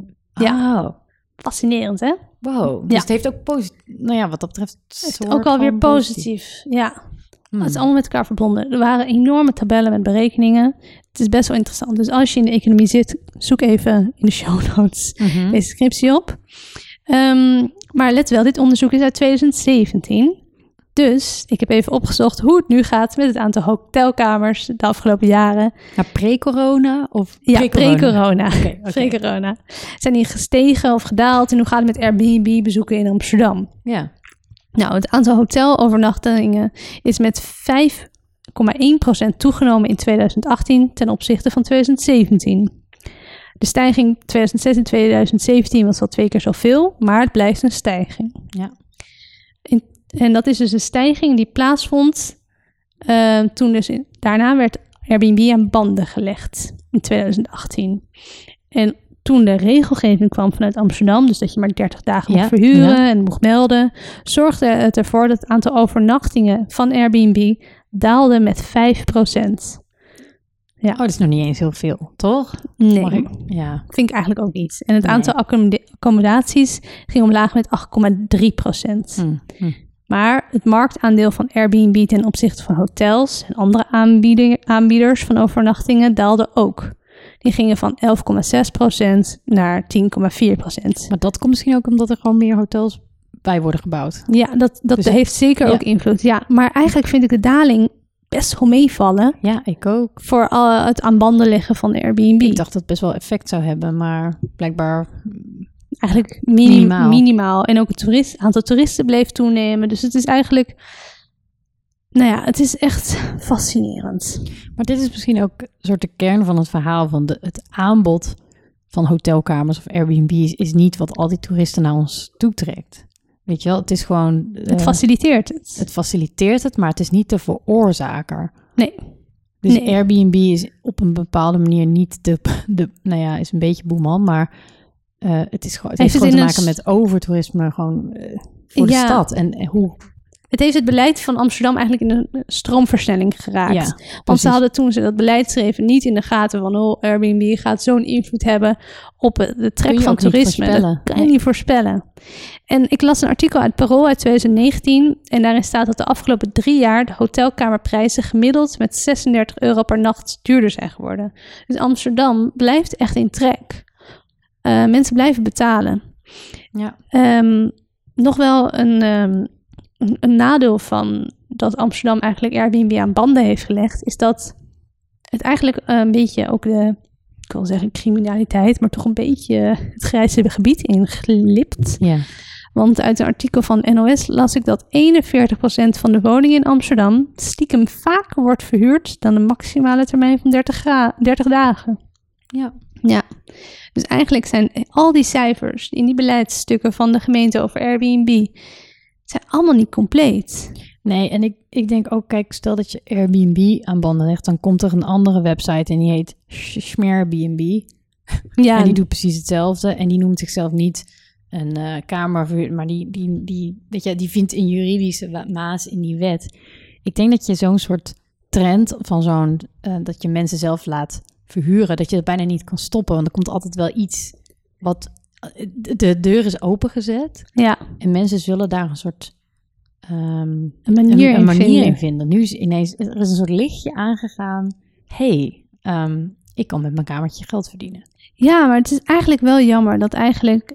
Fascinerend, hè? Wow. Dus het heeft ook wat dat betreft... Het is ook alweer positief. Ja. Het is allemaal met elkaar verbonden. Er waren enorme tabellen met berekeningen. Het is best wel interessant. Dus als je in de economie zit, zoek even in de show notes deze scriptie op. Maar let wel, dit onderzoek is uit 2017. Dus ik heb even opgezocht hoe het nu gaat met het aantal hotelkamers de afgelopen jaren. Ja, pre-corona of pre-corona? Okay. Pre-corona. Zijn die gestegen of gedaald? En hoe gaat het met Airbnb-bezoeken in Amsterdam? Ja. Nou, het aantal hotelovernachtingen is met 5,1% toegenomen in 2018 ten opzichte van 2017. De stijging 2016-2017 was wel 2 keer zoveel, maar het blijft een stijging. Ja. En dat is dus een stijging die plaatsvond toen daarna werd Airbnb aan banden gelegd in 2018. En toen de regelgeving kwam vanuit Amsterdam, dus dat je maar 30 dagen mocht verhuren en mocht melden, zorgde het ervoor dat het aantal overnachtingen van Airbnb daalde met 5%. Ja. Oh, dat is nog niet eens heel veel, toch? Nee, vind ik eigenlijk ook niet. En het aantal accommodaties ging omlaag met 8,3%. Maar het marktaandeel van Airbnb ten opzichte van hotels en andere aanbieders van overnachtingen daalde ook. Die gingen van 11,6% naar 10,4%. Maar dat komt misschien ook omdat er gewoon meer hotels bij worden gebouwd. Ja, dat dus heeft zeker ook invloed. Ja, maar eigenlijk vind ik de daling best wel meevallen. Ja, ik ook. Voor het aan banden leggen van Airbnb. Ik dacht dat het best wel effect zou hebben, maar blijkbaar... Eigenlijk minimaal. En ook het aantal toeristen bleef toenemen. Dus het is eigenlijk... het is echt fascinerend. Maar dit is misschien ook een soort de kern van het verhaal van het aanbod van hotelkamers of Airbnb's is niet wat al die toeristen naar ons toetrekt. Weet je wel, het is gewoon... het faciliteert het. Het faciliteert het, maar het is niet de veroorzaker. Nee. Dus Airbnb is op een bepaalde manier niet is een beetje boeman, maar het heeft gewoon te maken met overtoerisme gewoon voor de stad. En hoe... Het heeft het beleid van Amsterdam eigenlijk in een stroomversnelling geraakt. Ja, want ze hadden toen ze dat beleid schreven niet in de gaten van Airbnb gaat zo'n invloed hebben op de trek van toerisme. Dat kan je niet voorspellen. En ik las een artikel uit Parool uit 2019 en daarin staat dat de afgelopen 3 jaar de hotelkamerprijzen gemiddeld met €36 per nacht duurder zijn geworden. Dus Amsterdam blijft echt in trek. Mensen blijven betalen. Ja. Nog wel een nadeel van dat Amsterdam eigenlijk Airbnb aan banden heeft gelegd, is dat het eigenlijk een beetje ook ik wil zeggen criminaliteit, maar toch een beetje het grijze gebied inglipt. Ja. Want uit een artikel van NOS las ik dat 41% van de woningen in Amsterdam stiekem vaker wordt verhuurd dan de maximale termijn van 30 dagen. Ja. Dus eigenlijk zijn al die cijfers in die beleidsstukken van de gemeente over Airbnb zijn allemaal niet compleet. Nee, en ik denk ook, kijk, stel dat je Airbnb aan banden legt, dan komt er een andere website en die heet Schmerbnb. Ja. En die doet precies hetzelfde en die noemt zichzelf niet een kamerverhuur, maar die vindt een juridische maas in die wet. Ik denk dat je zo'n soort trend van dat je mensen zelf laat verhuren, dat je dat bijna niet kan stoppen, want er komt altijd wel iets wat... De deur is opengezet. Ja. En mensen zullen daar een soort een manier in vinden. Nu is ineens er is een soort lichtje aangegaan. Ik kan met mijn kamertje geld verdienen. Ja, maar het is eigenlijk wel jammer dat eigenlijk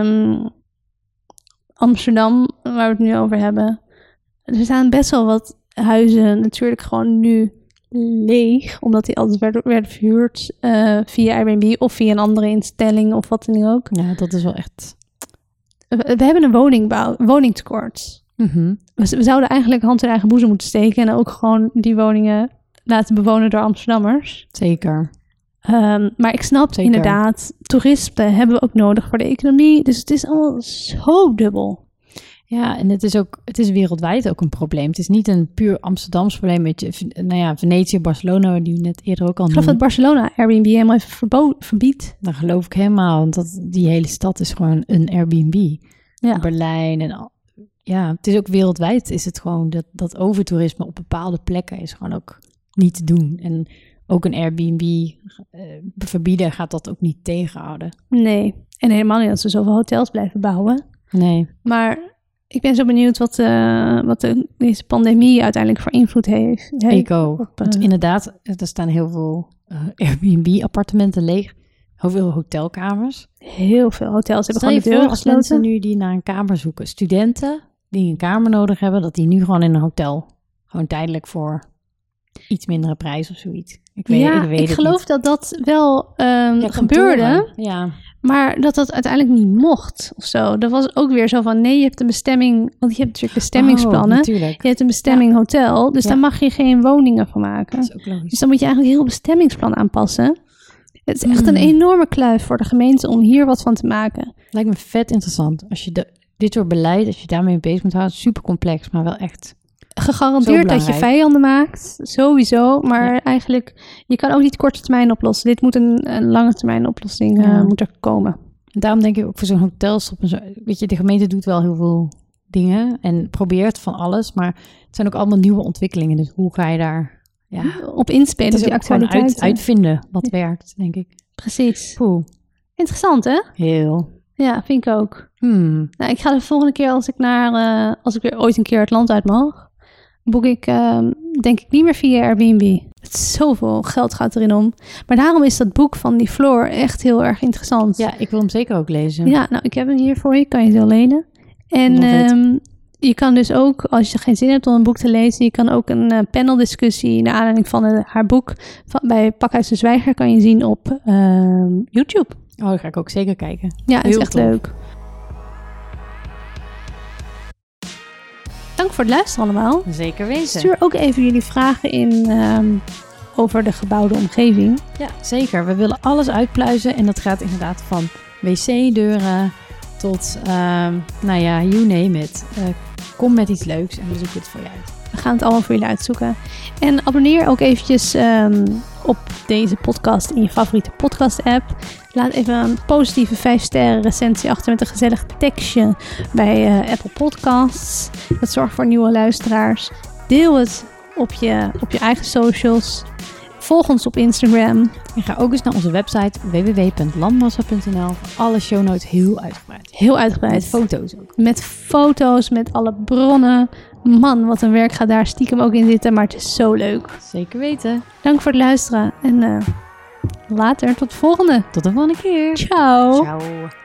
Amsterdam, waar we het nu over hebben, er staan best wel wat huizen natuurlijk gewoon nu leeg, omdat die altijd werden verhuurd via Airbnb of via een andere instelling of wat dan ook. Ja, dat is wel echt we hebben een woningtekort. Mhm. We zouden eigenlijk hand in eigen boezem moeten steken en ook gewoon die woningen laten bewonen door Amsterdammers. Zeker. Maar ik snap Zeker. inderdaad, toerisme hebben we ook nodig voor de economie. Dus het is allemaal zo dubbel. Ja, en het is wereldwijd ook een probleem. Het is niet een puur Amsterdams probleem. Weet je, Venetië, Barcelona, die we net eerder ook al Ik geloof dat noemden. Barcelona Airbnb helemaal even verbiedt. Dat geloof ik helemaal, want die hele stad is gewoon een Airbnb. Ja. Berlijn en al. Ja, het is ook wereldwijd is het gewoon dat overtoerisme op bepaalde plekken is gewoon ook niet te doen. En ook een Airbnb verbieden gaat dat ook niet tegenhouden. Nee, en helemaal niet dat ze zoveel hotels blijven bouwen. Nee. Maar ik ben zo benieuwd wat deze pandemie uiteindelijk voor invloed heeft. Ik ook. Op, Want inderdaad, er staan heel veel Airbnb-appartementen leeg. Heel veel hotelkamers. Heel veel hotels hebben Stel je gewoon de deuren voor als mensen gesloten. nu die naar een kamer zoeken. Studenten die een kamer nodig hebben, dat die nu gewoon in een hotel, gewoon tijdelijk voor iets mindere prijs of zoiets. Ik weet het geloof niet. dat dat wel Ja, gebeurde, kantoren. Ja, maar dat uiteindelijk niet mocht of zo. Dat was ook weer zo van, nee, je hebt een bestemming, want je hebt natuurlijk bestemmingsplannen. Oh, natuurlijk. Je hebt een bestemming hotel, dus Ja. daar mag je geen woningen van maken. Dat is ook logisch. Dus dan moet je eigenlijk heel bestemmingsplan aanpassen. Het is echt een enorme kluif voor de gemeente om hier wat van te maken. Lijkt me vet interessant. Als je dit soort beleid, als je daarmee bezig moet houden, super complex, maar wel echt. Gegarandeerd dat je belangrijk. vijanden maakt, sowieso. Maar eigenlijk, je kan ook niet korte termijn oplossen. Dit moet een lange termijn oplossing moet er komen. En daarom denk ik ook voor zo'n hotelstop en zo. Weet je, de gemeente doet wel heel veel dingen en probeert van alles, maar het zijn ook allemaal nieuwe ontwikkelingen. Dus hoe ga je daar Op inspelen, het op is die ook gewoon actualiteit. uitvinden wat werkt, denk ik. Precies. Poeh, Interessant, hè? heel. Ja, vind ik ook. Hmm. Nou, ik ga de volgende keer als ik weer ooit een keer het land uit mag, boek ik denk ik niet meer via Airbnb. Zoveel geld gaat erin om. Maar daarom is dat boek van die Floor echt heel erg interessant. Ja, ik wil hem zeker ook lezen. Ja, nou, ik heb hem hier voor je. Kan je het wel lenen. En Love it. je kan dus ook, als je geen zin hebt om een boek te lezen, je kan ook een paneldiscussie naar aanleiding van haar boek bij Pakhuis de Zwijger kan je zien op YouTube. Oh, dat ga ik ook zeker kijken. Ja, het is Heel echt tof. leuk. Dank voor het luisteren allemaal. Zeker weten. Stuur ook even jullie vragen in over de gebouwde omgeving. Ja, zeker. We willen alles uitpluizen en dat gaat inderdaad van wc-deuren tot, you name it. Kom met iets leuks en we zoeken het voor je uit. We gaan het allemaal voor jullie uitzoeken. En abonneer ook eventjes op deze podcast in je favoriete podcast-app. Laat even een positieve 5-sterren recensie achter met een gezellig tekstje bij Apple Podcasts. Dat zorgt voor nieuwe luisteraars. Deel het op je eigen socials. Volg ons op Instagram. En ga ook eens naar onze website www.landmassa.nl voor alle shownotes heel uitgebreid. Heel uitgebreid. Met foto's ook. Met foto's, met alle bronnen. Man, wat een werk gaat daar stiekem ook in zitten, maar het is zo leuk. Zeker weten. Dank voor het luisteren en later tot de volgende. Tot de volgende keer. Ciao. Ciao.